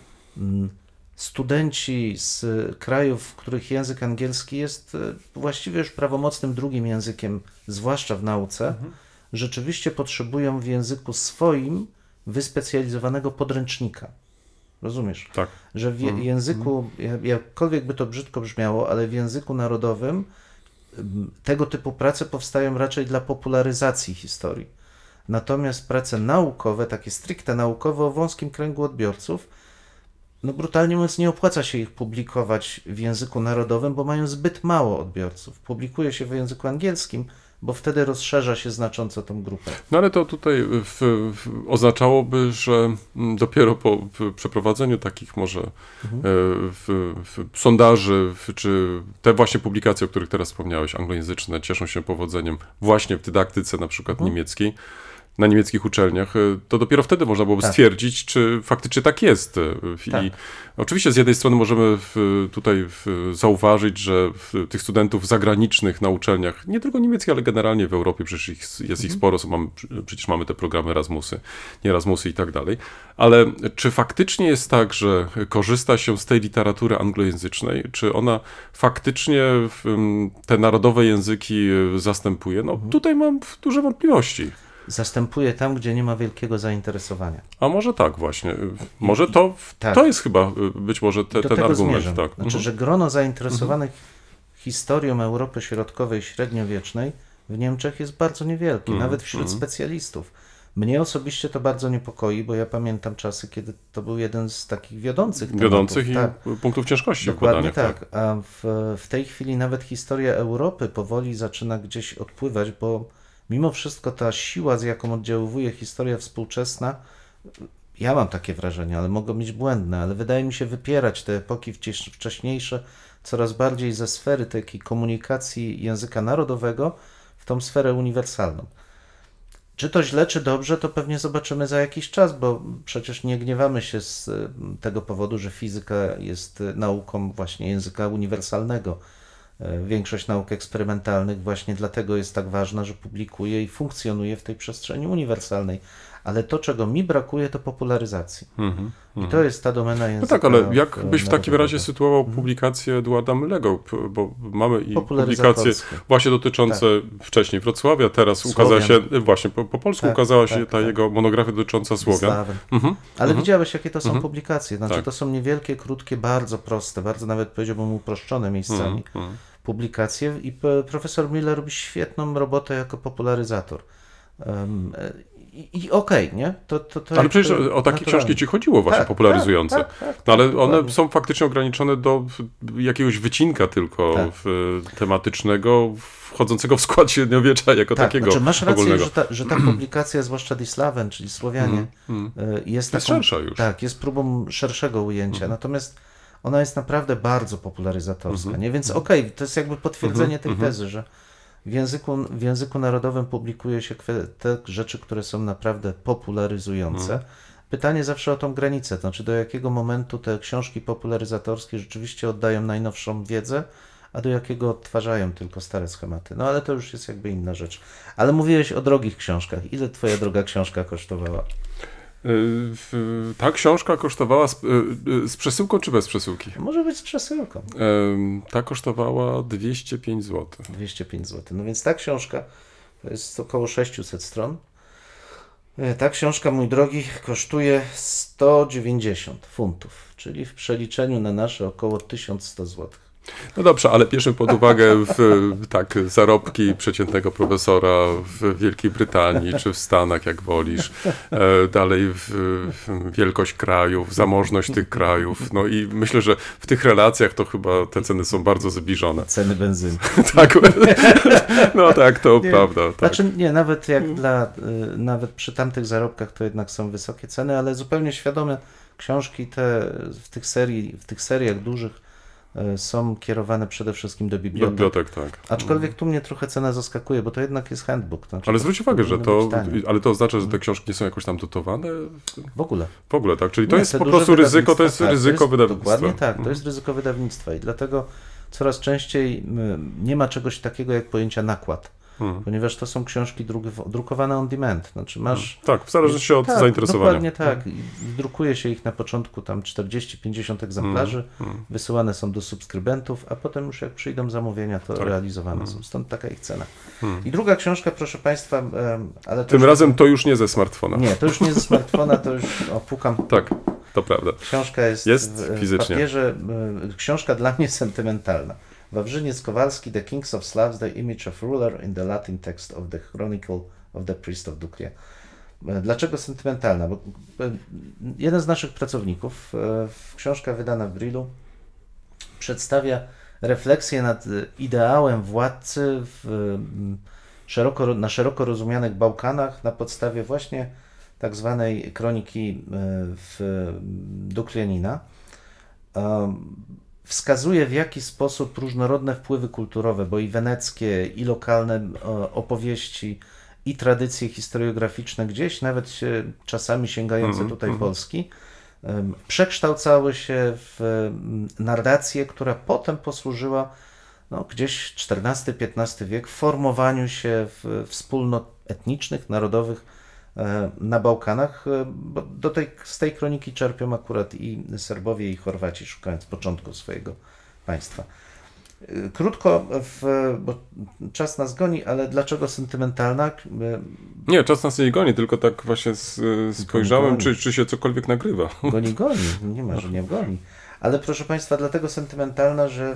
A: studenci z krajów, w których język angielski jest właściwie już prawomocnym drugim językiem, zwłaszcza w nauce, rzeczywiście potrzebują w języku swoim wyspecjalizowanego podręcznika. Rozumiesz?
B: Tak.
A: Że w języku, jakkolwiek by to brzydko brzmiało, ale w języku narodowym tego typu prace powstają raczej dla popularyzacji historii. Natomiast prace naukowe, takie stricte naukowe o wąskim kręgu odbiorców, no brutalnie mówiąc, nie opłaca się ich publikować w języku narodowym, bo mają zbyt mało odbiorców. Publikuje się w języku angielskim, bo wtedy rozszerza się znacząco tą grupę.
B: No ale to tutaj oznaczałoby, że dopiero po przeprowadzeniu takich może sondaży, czy te właśnie publikacje, o których teraz wspomniałeś, anglojęzyczne, cieszą się powodzeniem właśnie w dydaktyce na przykład niemieckiej, na niemieckich uczelniach, to dopiero wtedy można byłoby stwierdzić, czy faktycznie tak jest.
A: Tak.
B: I oczywiście z jednej strony możemy tutaj zauważyć, że tych studentów zagranicznych na uczelniach, nie tylko niemieckich, ale generalnie w Europie, przecież jest ich sporo, przecież mamy te programy Erasmusy, nie Erasmusy i tak dalej, ale czy faktycznie jest tak, że korzysta się z tej literatury anglojęzycznej, czy ona faktycznie te narodowe języki zastępuje? No tutaj mam duże wątpliwości.
A: zastępuje tam, gdzie nie ma wielkiego zainteresowania.
B: A może tak właśnie. Może to,
A: tak.
B: to jest chyba być może
A: Do
B: ten
A: tego
B: argument.
A: zmierzam.
B: Tak.
A: Znaczy, że grono zainteresowanych historią Europy Środkowej, średniowiecznej w Niemczech jest bardzo niewielkie, nawet wśród specjalistów. Mnie osobiście to bardzo niepokoi, bo ja pamiętam czasy, kiedy to był jeden z takich wiodących
B: Wiodących
A: tematów.
B: i punktów ciężkości w
A: Dokładnie
B: badaniach.
A: tak. A w tej chwili nawet historia Europy powoli zaczyna gdzieś odpływać, bo mimo wszystko ta siła, z jaką oddziałuje historia współczesna, ja mam takie wrażenie, ale mogą być błędne, ale wydaje mi się wypierać te epoki wcześniejsze coraz bardziej ze sfery takiej komunikacji języka narodowego w tą sferę uniwersalną. Czy to źle, czy dobrze, to pewnie zobaczymy za jakiś czas, bo przecież nie gniewamy się z tego powodu, że fizyka jest nauką właśnie języka uniwersalnego. Większość nauk eksperymentalnych właśnie dlatego jest tak ważna, że publikuje i funkcjonuje w tej przestrzeni uniwersalnej. Ale to, czego mi brakuje, to popularyzacji. I to jest ta domena
B: No
A: języka.
B: tak, ale jak byś w takim
A: narodowego.
B: razie sytuował publikację Edwarda Mylego, bo mamy i
A: Popularyzatorskie.
B: publikacje właśnie dotyczące wcześniej Wrocławia, teraz ukazała się, właśnie po polsku
A: Tak,
B: ukazała się
A: tak,
B: ta
A: tak.
B: jego monografia dotycząca Słowian.
A: Sławem. Ale widziałeś, jakie to są publikacje. Znaczy,
B: Tak.
A: to są niewielkie, krótkie, bardzo proste, bardzo nawet powiedziałbym uproszczone miejscami publikacje i profesor Miller robi świetną robotę jako popularyzator. I okej, nie? To
B: Ale przecież o takie
A: naturalnie.
B: książki ci chodziło właśnie
A: Tak,
B: popularyzujące.
A: tak,
B: No ale one
A: dokładnie.
B: są faktycznie ograniczone do jakiegoś wycinka tylko
A: Tak.
B: tematycznego, wchodzącego w skład średniowiecza jako
A: Tak,
B: takiego
A: znaczy masz rację,
B: ogólnego.
A: że ta publikacja, zwłaszcza Die Slawen, czyli Słowianie, jest taką,
B: szersza już.
A: Tak, jest próbą szerszego ujęcia, natomiast ona jest naprawdę bardzo popularyzatorska, nie? Więc okej, to jest jakby potwierdzenie tej tezy, że w języku narodowym publikuje się te rzeczy, które są naprawdę popularyzujące. Pytanie zawsze o tą granicę, to znaczy do jakiego momentu te książki popularyzatorskie rzeczywiście oddają najnowszą wiedzę, a do jakiego odtwarzają tylko stare schematy. No ale to już jest jakby inna rzecz. Ale mówiłeś o drogich książkach. Ile twoja droga książka kosztowała?
B: Ta książka kosztowała z przesyłką czy bez przesyłki?
A: Może być z przesyłką.
B: Ta kosztowała 205 zł.
A: 205 zł. No więc ta książka to jest około 600 stron. Ta książka, mój drogi, kosztuje 190 funtów, czyli w przeliczeniu na nasze około 1100 zł.
B: No dobrze, ale bierzmy pod uwagę zarobki przeciętnego profesora w Wielkiej Brytanii czy w Stanach, jak wolisz. Dalej wielkość krajów, zamożność tych krajów. No i myślę, że w tych relacjach to chyba te ceny są bardzo zbliżone.
A: Ceny benzyny.
B: Tak, no tak, to prawda. Tak.
A: Znaczy nie, nawet nawet przy tamtych zarobkach to jednak są wysokie ceny, ale zupełnie świadome książki te w tych seriach dużych są kierowane przede wszystkim do bibliotek.
B: Bibliotek, tak.
A: Aczkolwiek tu mnie trochę cena zaskakuje, bo to jednak jest handbook. Znaczy,
B: Ale zwróć uwagę, że
A: powinno być tanie.
B: ale to oznacza, że te książki nie są jakoś tam dotowane?
A: W ogóle.
B: W ogóle, tak? Czyli to
A: Nie,
B: jest
A: te
B: po
A: duże
B: prostu ryzyko, to jest
A: wydawnictwa, tak,
B: ryzyko wydawnictwa.
A: Dokładnie tak, to jest ryzyko wydawnictwa i dlatego coraz częściej nie ma czegoś takiego jak pojęcia nakład. Ponieważ to są książki drukowane on demand. Znaczy masz...
B: Tak, w zależności od zainteresowania.
A: Dokładnie tak. I drukuje się ich na początku tam 40-50 egzemplarzy, wysyłane są do subskrybentów, a potem już jak przyjdą zamówienia, to realizowane są. Stąd taka ich cena. I druga książka, proszę Państwa, ale to
B: Tym
A: już...
B: razem to już nie ze smartfona.
A: Nie, to już nie ze smartfona, to już pukam.
B: Tak, to prawda.
A: Książka jest w
B: fizycznie.
A: papierze. Książka dla mnie sentymentalna. Wawrzyniec Kowalski, The Kings of Slavs, The Image of Ruler in the Latin Text of the Chronicle of the Priest of Dukria. Dlaczego sentymentalna? Bo jeden z naszych pracowników, książka wydana w Brillu, przedstawia refleksję nad ideałem władcy na szeroko rozumianych Bałkanach na podstawie właśnie tak zwanej kroniki Duklianina. Wskazuje, w jaki sposób różnorodne wpływy kulturowe, bo i weneckie, i lokalne opowieści, i tradycje historiograficzne, gdzieś nawet czasami sięgające tutaj Polski, przekształcały się w narrację, która potem posłużyła gdzieś XIV-XV wiek w formowaniu się wspólnot etnicznych, narodowych na Bałkanach, bo z tej kroniki czerpią akurat i Serbowie, i Chorwaci, szukając początku swojego państwa. Krótko, bo czas nas goni, ale dlaczego sentymentalna?
B: Nie, czas nas nie goni, tylko tak właśnie spojrzałem,
A: Goni.
B: czy się cokolwiek nagrywa.
A: Goni, nie ma, że nie goni. Ale proszę Państwa, dlatego sentymentalna, że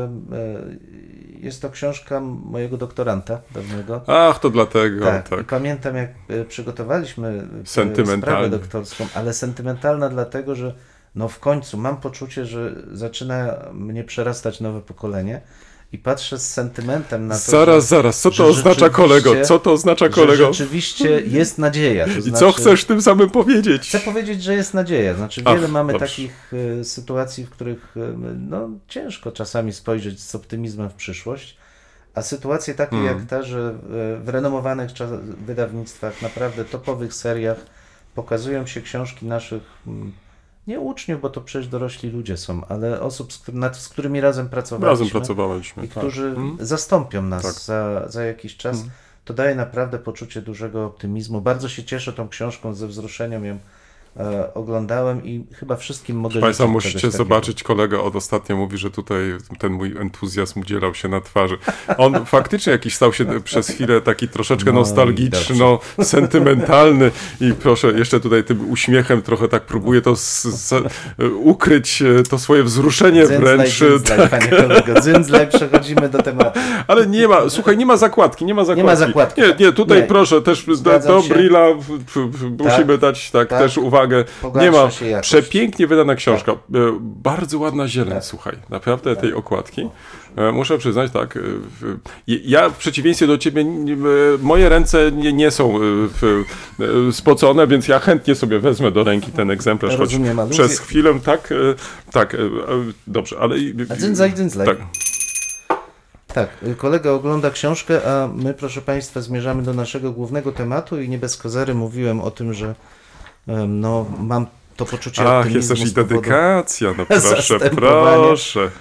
A: jest to książka mojego doktoranta dawnego.
B: Ach, to dlatego,
A: Tak,
B: tak.
A: i pamiętam jak przygotowaliśmy
B: Sentymentalnie.
A: sprawę doktorską, ale sentymentalna dlatego, że no w końcu mam poczucie, że zaczyna mnie przerastać nowe pokolenie i patrzę z sentymentem na to,
B: Zaraz, co
A: że
B: to oznacza, kolego? Co to oznacza,
A: że
B: kolego?
A: rzeczywiście jest nadzieja. To
B: I
A: znaczy,
B: co chcesz tym samym powiedzieć?
A: Chcę powiedzieć, że jest nadzieja. Znaczy,
B: Ach,
A: wiele mamy
B: dobrze.
A: takich sytuacji, w których no, ciężko czasami spojrzeć z optymizmem w przyszłość, a sytuacje takie jak ta, że w renomowanych wydawnictwach, naprawdę topowych seriach pokazują się książki naszych nie uczniów, bo to przecież dorośli ludzie są, ale osób, z którymi razem pracowaliśmy.
B: Razem pracowaliśmy.
A: I
B: tak.
A: którzy zastąpią nas
B: Tak.
A: za jakiś czas. To daje naprawdę poczucie dużego optymizmu. Bardzo się cieszę tą książką, ze wzruszeniem ją oglądałem i chyba wszystkim mogę życzyć
B: Państwo
A: czegoś
B: musicie
A: takiego.
B: zobaczyć, kolega od ostatnio mówi, że tutaj ten mój entuzjazm udzielał się na twarzy. On faktycznie jakiś stał się przez chwilę taki troszeczkę
A: No i
B: nostalgiczny, sentymentalny i proszę, jeszcze tutaj tym uśmiechem trochę tak próbuję to ukryć, to swoje wzruszenie wręcz.
A: Dzyndzlaj, panie kolego, dzyndzlaj, przechodzimy do tematu.
B: Ale nie ma, słuchaj, nie ma zakładki. Nie
A: ma zakładki.
B: Nie, tutaj
A: Nie,
B: proszę, też
A: zgadzam
B: do
A: się.
B: Brilla musimy dać tak też uwagę.
A: Pogarsza
B: Nie ma,
A: się jakość.
B: przepięknie wydana książka. Bardzo ładna zieleń, słuchaj, naprawdę tej okładki. Muszę przyznać, tak, ja w przeciwieństwie do ciebie, moje ręce nie są spocone, więc ja chętnie sobie wezmę do ręki ten egzemplarz, choć
A: Rozumiem aluzję.
B: przez chwilę, tak, dobrze, ale...
A: A dzyndzlaj.
B: Tak.
A: Tak, kolega ogląda książkę, a my, proszę Państwa, zmierzamy do naszego głównego tematu i nie bez kozery mówiłem o tym, że no, mam to poczucie
B: Ach,
A: optymizmu
B: jest też i
A: z powodu
B: dedykacja, no proszę,
A: zastępowania
B: proszę.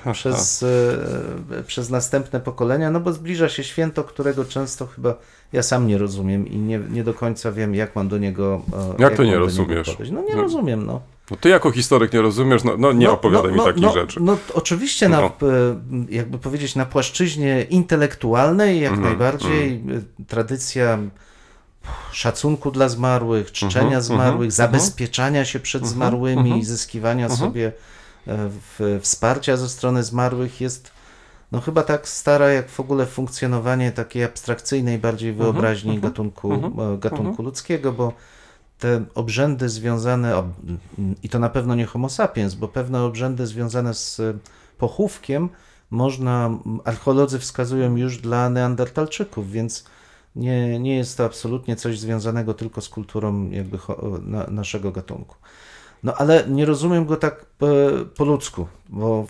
A: przez następne pokolenia, no bo zbliża się święto, którego często chyba ja sam nie rozumiem i nie do końca wiem, jak mam do niego
B: Jak to
A: mam
B: nie
A: do niego
B: rozumiesz?
A: podejść. No nie rozumiem, no.
B: No ty jako historyk nie rozumiesz, nie opowiadaj mi takich rzeczy.
A: No oczywiście jakby powiedzieć na płaszczyźnie intelektualnej jak najbardziej tradycja szacunku dla zmarłych, czczenia zmarłych, zabezpieczania się przed zmarłymi, zyskiwania sobie wsparcia ze strony zmarłych jest no chyba tak stara jak w ogóle funkcjonowanie takiej abstrakcyjnej bardziej wyobraźni gatunku ludzkiego, bo te obrzędy związane, i to na pewno nie homo sapiens, bo pewne obrzędy związane z pochówkiem archeolodzy wskazują już dla neandertalczyków, więc nie jest to absolutnie coś związanego tylko z kulturą jakby naszego gatunku. No ale nie rozumiem go tak po ludzku, bo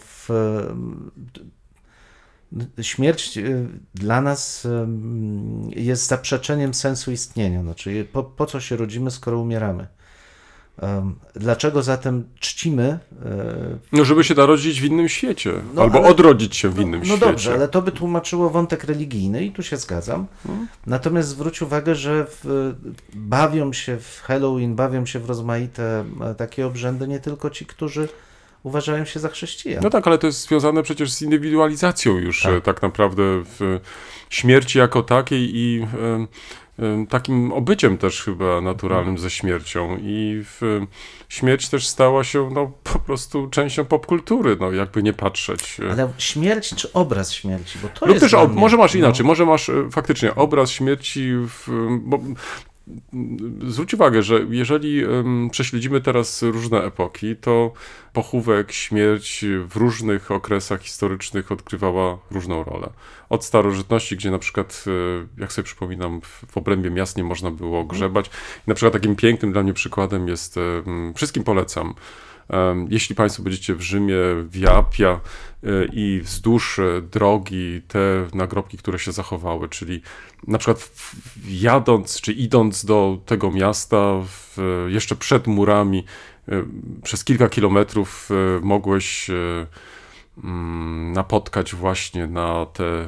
A: śmierć dla nas jest zaprzeczeniem sensu istnienia. Znaczy, po co się rodzimy, skoro umieramy? Dlaczego zatem czcimy?
B: No, żeby się narodzić w innym świecie,
A: No,
B: albo
A: ale-
B: odrodzić się w innym
A: No
B: świecie.
A: dobrze, ale to by tłumaczyło wątek religijny i tu się zgadzam. Natomiast zwróć uwagę, że bawią się w Halloween, bawią się w rozmaite takie obrzędy nie tylko ci, którzy uważają się za chrześcijan.
B: No tak, ale to jest związane przecież z indywidualizacją już tak naprawdę w śmierci jako takiej i takim obyciem też chyba naturalnym ze śmiercią i śmierć też stała się po prostu częścią popkultury, jakby nie patrzeć.
A: Ale śmierć czy obraz śmierci? Bo to
B: Lub
A: jest
B: też
A: dla mnie,
B: może masz inaczej, może masz faktycznie obraz śmierci, bo zwróć uwagę, że jeżeli prześledzimy teraz różne epoki, to pochówek, śmierć w różnych okresach historycznych odgrywała różną rolę. Od starożytności, gdzie na przykład, jak sobie przypominam, w obrębie miast nie można było grzebać. Na przykład takim pięknym dla mnie przykładem jest, wszystkim polecam, jeśli Państwo będziecie w Rzymie, w Appia i wzdłuż drogi te nagrobki, które się zachowały, czyli na przykład jadąc czy idąc do tego miasta jeszcze przed murami przez kilka kilometrów mogłeś napotkać właśnie na te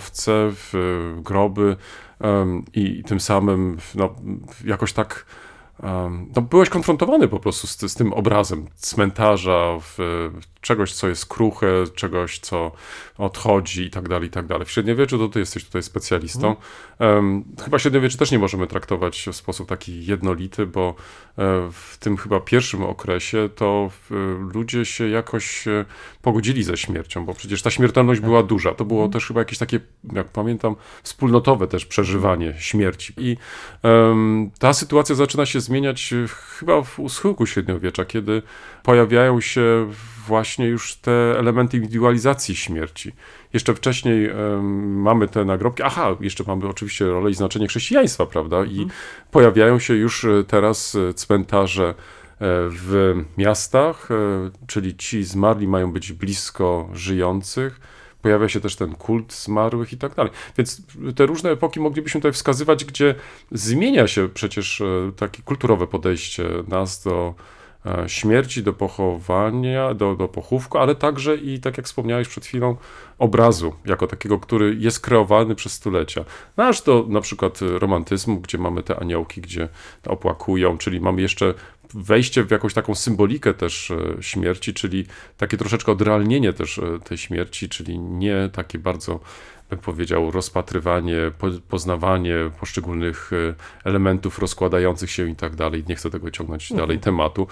B: grobowce, groby i tym samym jakoś tak no, byłeś konfrontowany po prostu z tym obrazem cmentarza, czegoś, co jest kruche, czegoś, co odchodzi i tak dalej, i tak dalej. W średniowieczu to ty jesteś tutaj specjalistą. Chyba średniowiecze też nie możemy traktować w sposób taki jednolity, bo w tym chyba pierwszym okresie to ludzie się jakoś pogodzili ze śmiercią, bo przecież ta śmiertelność była duża. To było też chyba jakieś takie, jak pamiętam, wspólnotowe też przeżywanie śmierci. I ta sytuacja zaczyna się zmieniać chyba u schyłku średniowiecza, kiedy pojawiają się właśnie już te elementy indywidualizacji śmierci. Jeszcze wcześniej mamy te nagrobki. Aha, jeszcze mamy oczywiście rolę i znaczenie chrześcijaństwa, prawda? I pojawiają się już teraz cmentarze w miastach, czyli ci zmarli mają być blisko żyjących. Pojawia się też ten kult zmarłych i tak dalej. Więc te różne epoki moglibyśmy tutaj wskazywać, gdzie zmienia się przecież takie kulturowe podejście nas do śmierci, do pochowania, do pochówku, ale także i, tak jak wspomniałeś przed chwilą, obrazu, jako takiego, który jest kreowany przez stulecia. No aż do na przykład romantyzmu, gdzie mamy te aniołki, gdzie opłakują, czyli mamy jeszcze wejście w jakąś taką symbolikę też śmierci, czyli takie troszeczkę odrealnienie też tej śmierci, czyli nie takie bardzo, bym powiedział, rozpatrywanie, poznawanie poszczególnych elementów rozkładających się i tak dalej. Nie chcę tego ciągnąć dalej tematu,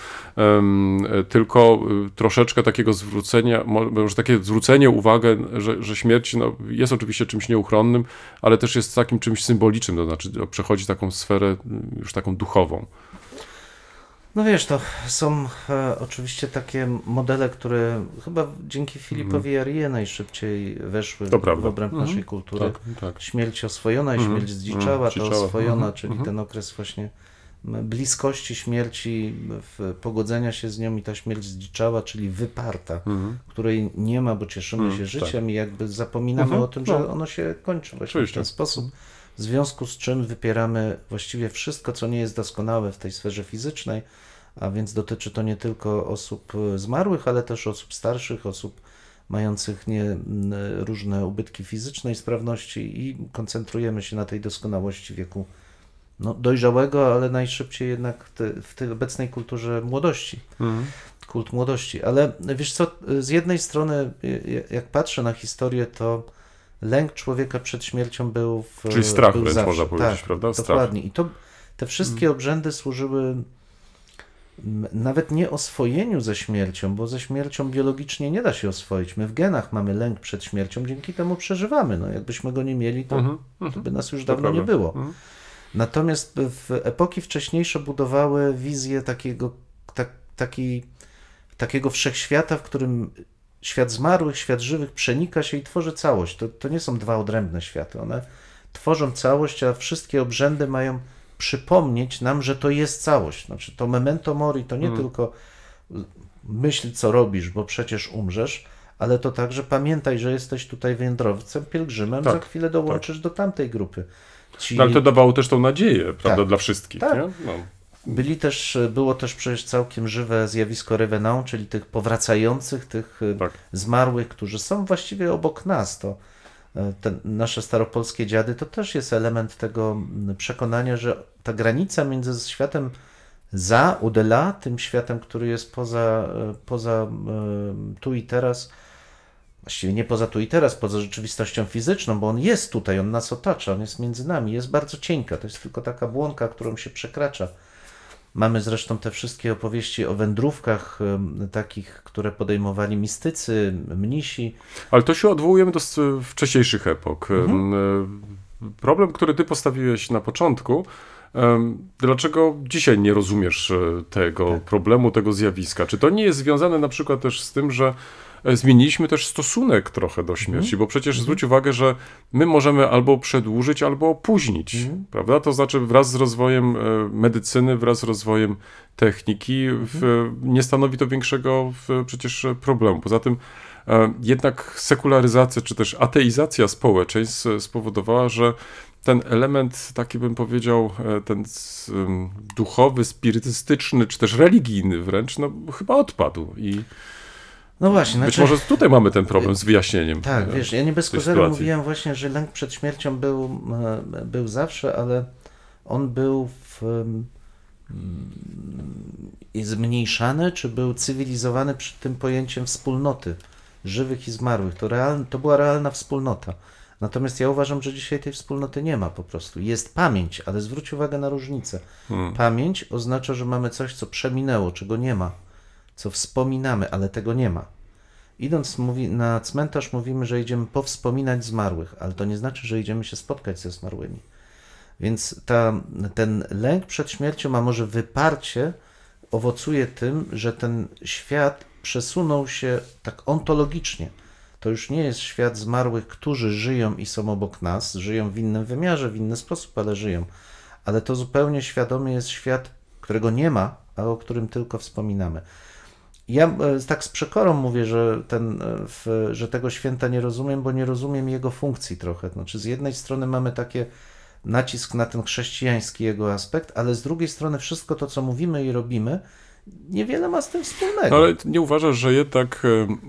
B: tylko troszeczkę takiego zwrócenia, może takie zwrócenie uwagi, że śmierć no, jest oczywiście czymś nieuchronnym, ale też jest takim czymś symbolicznym, to znaczy przechodzi taką sferę już taką duchową.
A: No wiesz, to są oczywiście takie modele, które chyba dzięki Filipowi Jarie najszybciej weszły w obręb naszej kultury.
B: Tak.
A: Śmierć oswojona i śmierć zdziczała, to oswojona, czyli
B: ten
A: ten okres właśnie bliskości śmierci, pogodzenia się z nią i ta śmierć zdziczała, czyli wyparta, której nie ma, bo cieszymy się życiem i jakby zapominamy o tym, że ono się kończy właśnie w ten sposób. W związku z czym wypieramy właściwie wszystko, co nie jest doskonałe w tej sferze fizycznej, a więc dotyczy to nie tylko osób zmarłych, ale też osób starszych, osób mających różne ubytki fizycznej sprawności i koncentrujemy się na tej doskonałości wieku dojrzałego, ale najszybciej jednak w tej obecnej kulturze młodości. Kult młodości. Ale wiesz co, z jednej strony, jak patrzę na historię, to lęk człowieka przed śmiercią był
B: czyli strach
A: był
B: wręcz
A: zawsze.
B: można powiedzieć,
A: tak,
B: prawda?
A: Dokładnie. I te wszystkie obrzędy służyły nawet nie oswojeniu ze śmiercią, bo ze śmiercią biologicznie nie da się oswoić. My w genach mamy lęk przed śmiercią, dzięki temu przeżywamy. No, jakbyśmy go nie mieli, to by nas już dawno nie było. Natomiast epoki wcześniejsze budowały wizję takiego wszechświata, w którym świat zmarłych, świat żywych przenika się i tworzy całość. To nie są dwa odrębne światy. One tworzą całość, a wszystkie obrzędy mają przypomnieć nam, że to jest całość. Znaczy to memento mori to nie tylko myśl, co robisz, bo przecież umrzesz, ale to także pamiętaj, że jesteś tutaj wędrowcem, pielgrzymem, za chwilę dołączysz do tamtej grupy.
B: No, ale to dawało też tą nadzieję, prawda, dla wszystkich.
A: Tak.
B: Nie? No.
A: Było też przecież całkiem żywe zjawisko revenant, czyli tych powracających, tych zmarłych, którzy są właściwie obok nas. Nasze staropolskie dziady to też jest element tego przekonania, że ta granica między światem au-delà, tym światem, który jest poza tu i teraz, właściwie nie poza tu i teraz, poza rzeczywistością fizyczną, bo on jest tutaj, on nas otacza, on jest między nami, jest bardzo cienka, to jest tylko taka błonka, którą się przekracza. Mamy zresztą te wszystkie opowieści o wędrówkach takich, które podejmowali mistycy, mnisi.
B: Ale to się odwołujemy do wcześniejszych epok. Problem, który ty postawiłeś na początku, dlaczego dzisiaj nie rozumiesz tego problemu, tego zjawiska? Czy to nie jest związane na przykład też z tym, że zmieniliśmy też stosunek trochę do śmierci, bo przecież zwróć uwagę, że my możemy albo przedłużyć, albo opóźnić, prawda? To znaczy wraz z rozwojem medycyny, wraz z rozwojem techniki nie stanowi to większego przecież problemu. Poza tym jednak sekularyzacja, czy też ateizacja społeczeństw spowodowała, że ten element, taki bym powiedział, ten duchowy, spirytystyczny, czy też religijny wręcz, no chyba odpadł i
A: no właśnie.
B: być może tutaj mamy ten problem z wyjaśnieniem.
A: Tak, wiesz, ja nie bez kozery mówiłem właśnie, że lęk przed śmiercią był zawsze, ale on był zmniejszany, czy był cywilizowany przy tym pojęciem wspólnoty żywych i zmarłych. To była realna wspólnota. Natomiast ja uważam, że dzisiaj tej wspólnoty nie ma po prostu. Jest pamięć, ale zwróć uwagę na różnicę. Pamięć oznacza, że mamy coś, co przeminęło, czego nie ma, co wspominamy, ale tego nie ma. Idąc na cmentarz mówimy, że idziemy powspominać zmarłych, ale to nie znaczy, że idziemy się spotkać ze zmarłymi. Więc ten lęk przed śmiercią, a może wyparcie, owocuje tym, że ten świat przesunął się tak ontologicznie. To już nie jest świat zmarłych, którzy żyją i są obok nas, żyją w innym wymiarze, w inny sposób, ale żyją. Ale to zupełnie świadomie jest świat, którego nie ma, a o którym tylko wspominamy. Ja tak z przekorą mówię, że tego święta nie rozumiem, bo nie rozumiem jego funkcji trochę. Znaczy, z jednej strony mamy taki nacisk na ten chrześcijański jego aspekt, ale z drugiej strony wszystko to, co mówimy i robimy, niewiele ma z tym wspólnego.
B: No, ale nie uważasz, że jednak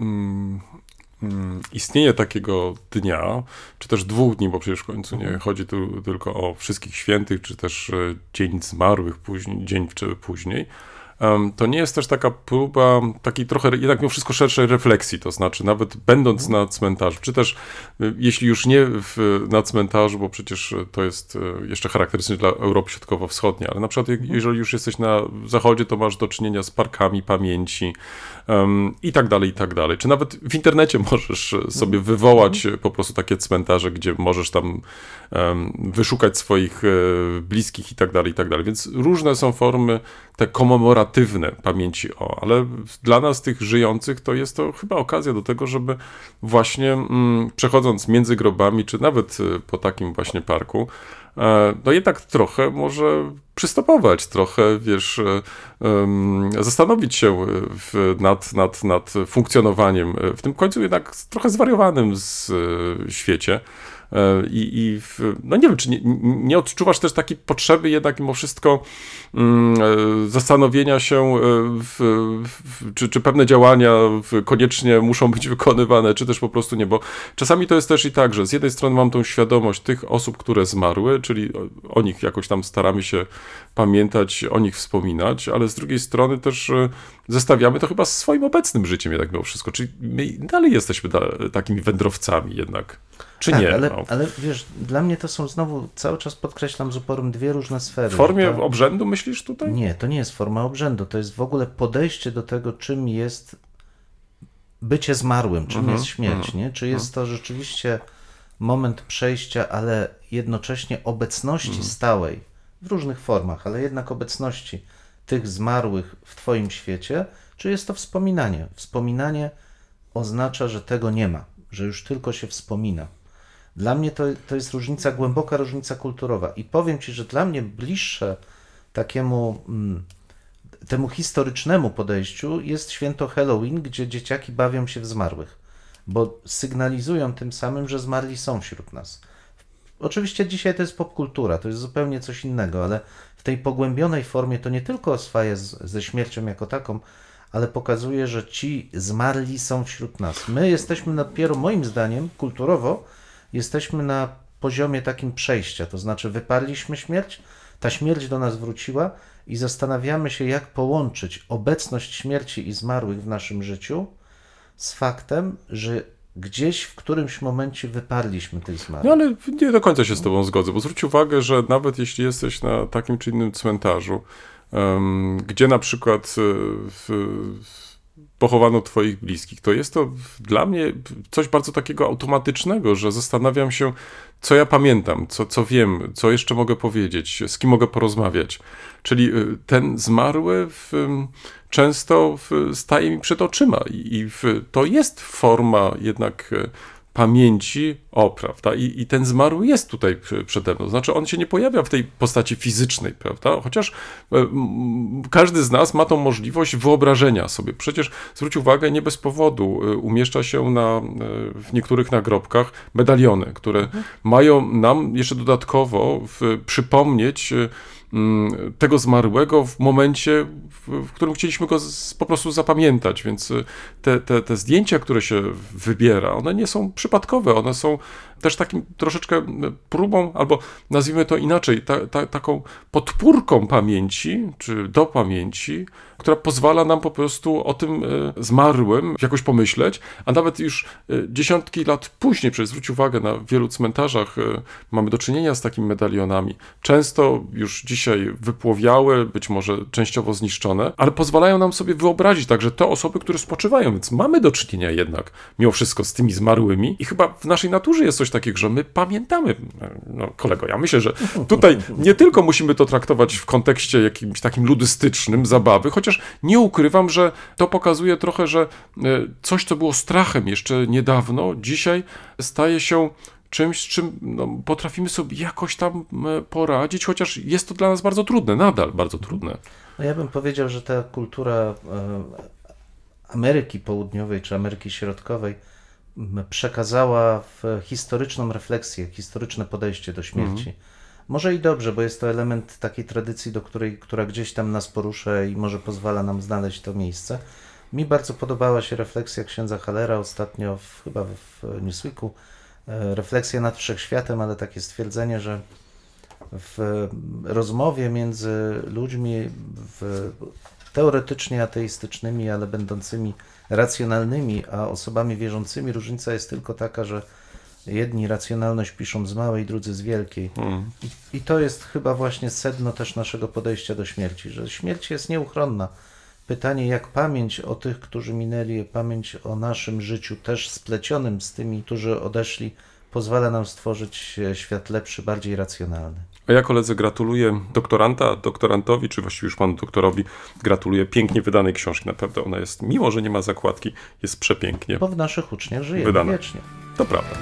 B: istnienie takiego dnia, czy też 2 dni, bo przecież w końcu nie chodzi tu tylko o wszystkich świętych, czy też Dzień Zmarłych, dzień później, to nie jest też taka próba takiej trochę jednak mimo wszystko szerszej refleksji, to znaczy nawet będąc na cmentarzu, czy też jeśli już nie na cmentarzu, bo przecież to jest jeszcze charakterystyczne dla Europy Środkowo-Wschodniej, ale na przykład jeżeli już jesteś na zachodzie, to masz do czynienia z parkami pamięci i tak dalej, i tak dalej. Czy nawet w internecie możesz sobie wywołać po prostu takie cmentarze, gdzie możesz tam wyszukać swoich bliskich i tak dalej, i tak dalej. Więc różne są formy te komemoratywne pamięci ale dla nas, tych żyjących, to jest to chyba okazja do tego, żeby właśnie przechodząc między grobami, czy nawet po takim właśnie parku, no jednak trochę może przystopować, trochę, wiesz, zastanowić się nad funkcjonowaniem w tym końcu jednak trochę zwariowanym świecie. No nie wiem, czy nie odczuwasz też takiej potrzeby jednak mimo wszystko zastanowienia się, czy pewne działania koniecznie muszą być wykonywane, czy też po prostu nie, bo czasami to jest też i tak, że z jednej strony mam tą świadomość tych osób, które zmarły, czyli o nich jakoś tam staramy się pamiętać, o nich wspominać, ale z drugiej strony też zestawiamy to chyba z swoim obecnym życiem jednak mimo wszystko, czyli my dalej jesteśmy takimi wędrowcami jednak. Czy
A: tak,
B: nie?
A: Ale wiesz, dla mnie to są znowu, cały czas podkreślam z uporem, 2 różne sfery.
B: W formie obrzędu myślisz tutaj?
A: Nie, to nie jest forma obrzędu, to jest w ogóle podejście do tego, czym jest bycie zmarłym, czym jest śmierć, nie? Czy jest to rzeczywiście moment przejścia, ale jednocześnie obecności stałej, w różnych formach, ale jednak obecności tych zmarłych w twoim świecie, czy jest to wspominanie? Wspominanie oznacza, że tego nie ma, że już tylko się wspomina. Dla mnie to jest różnica, głęboka różnica kulturowa. I powiem ci, że dla mnie bliższe temu historycznemu podejściu jest święto Halloween, gdzie dzieciaki bawią się w zmarłych, bo sygnalizują tym samym, że zmarli są wśród nas. Oczywiście dzisiaj to jest popkultura, to jest zupełnie coś innego, ale w tej pogłębionej formie to nie tylko oswaja ze śmiercią jako taką, ale pokazuje, że ci zmarli są wśród nas. My jesteśmy dopiero, moim zdaniem, kulturowo, jesteśmy na poziomie takim przejścia, to znaczy wyparliśmy śmierć, ta śmierć do nas wróciła i zastanawiamy się, jak połączyć obecność śmierci i zmarłych w naszym życiu z faktem, że gdzieś w którymś momencie wyparliśmy tych zmarłych.
B: No ale nie do końca się z tobą zgodzę, bo zwróć uwagę, że nawet jeśli jesteś na takim czy innym cmentarzu, gdzie na przykład pochowano twoich bliskich, to jest to dla mnie coś bardzo takiego automatycznego, że zastanawiam się, co ja pamiętam, co wiem, co jeszcze mogę powiedzieć, z kim mogę porozmawiać. Czyli ten zmarły często staje mi przed oczyma i to jest forma jednak pamięci, prawda? I ten zmarły jest tutaj przede mną. Znaczy on się nie pojawia w tej postaci fizycznej, prawda? Chociaż każdy z nas ma tą możliwość wyobrażenia sobie. Przecież zwróć uwagę, nie bez powodu umieszcza się w niektórych nagrobkach medaliony, które mają nam jeszcze dodatkowo przypomnieć tego zmarłego w momencie, w którym chcieliśmy go po prostu zapamiętać, więc te zdjęcia, które się wybiera, one nie są przypadkowe, one są też takim troszeczkę próbą, albo nazwijmy to inaczej, taką podpórką pamięci, czy do pamięci, która pozwala nam po prostu o tym zmarłym jakoś pomyśleć, a nawet już dziesiątki lat później, przecież zwróć uwagę, na wielu cmentarzach mamy do czynienia z takimi medalionami. Często już dzisiaj wypłowiałe, być może częściowo zniszczone, ale pozwalają nam sobie wyobrazić także te osoby, które spoczywają, więc mamy do czynienia jednak mimo wszystko z tymi zmarłymi i chyba w naszej naturze jest coś takiego, że my pamiętamy. No, kolego, ja myślę, że tutaj nie tylko musimy to traktować w kontekście jakimś takim ludystycznym, zabawy, chociaż nie ukrywam, że to pokazuje trochę, że coś, co było strachem jeszcze niedawno, dzisiaj staje się czymś, z czym potrafimy sobie jakoś tam poradzić, chociaż jest to dla nas bardzo trudne, nadal bardzo trudne.
A: No ja bym powiedział, że ta kultura Ameryki Południowej czy Ameryki Środkowej przekazała historyczną refleksję, historyczne podejście do śmierci. Może i dobrze, bo jest to element takiej tradycji, która gdzieś tam nas porusza i może pozwala nam znaleźć to miejsce. Mi bardzo podobała się refleksja księdza Hallera ostatnio, chyba w Newsweeku, refleksja nad wszechświatem, ale takie stwierdzenie, że w rozmowie między ludźmi teoretycznie ateistycznymi, ale będącymi racjonalnymi, a osobami wierzącymi, różnica jest tylko taka, że jedni racjonalność piszą z małej, drudzy z wielkiej. I to jest chyba właśnie sedno też naszego podejścia do śmierci, że śmierć jest nieuchronna. Pytanie, jak pamięć o tych, którzy minęli, pamięć o naszym życiu, też splecionym z tymi, którzy odeszli, pozwala nam stworzyć świat lepszy, bardziej racjonalny.
B: A ja koledze gratuluję doktorantowi, czy właściwie już panu doktorowi, gratuluję pięknie wydanej książki. Naprawdę ona jest, mimo że nie ma zakładki, jest przepięknie
A: Bo w naszych uczniach żyjemy
B: wydana.
A: wiecznie.
B: To prawda.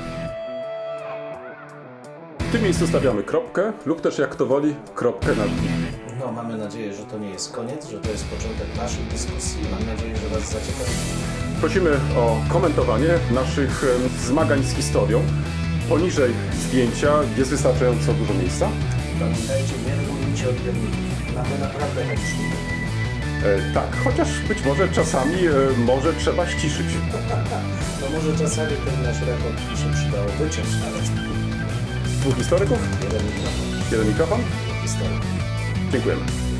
B: W tym miejscu stawiamy kropkę, lub też jak to woli, kropkę nad nim.
A: No, mamy nadzieję, że to nie jest koniec, że to jest początek naszej dyskusji. Mam nadzieję, że Was zaciekawi.
B: Prosimy o komentowanie naszych zmagań z historią. Poniżej zdjęcia jest wystarczająco dużo miejsca.
A: Pamiętajcie, nie regulujcie odbiorników. Mamy naprawdę ręcznik.
B: Tak, chociaż być może czasami może trzeba ściszyć.
A: No może czasami ten nasz rekord by się przydało wyciąć nawet.
B: Dwóch historyków,
A: Jeden mikrofon.
B: jeden mikrofon.
A: Historyk.
B: Dziękujemy.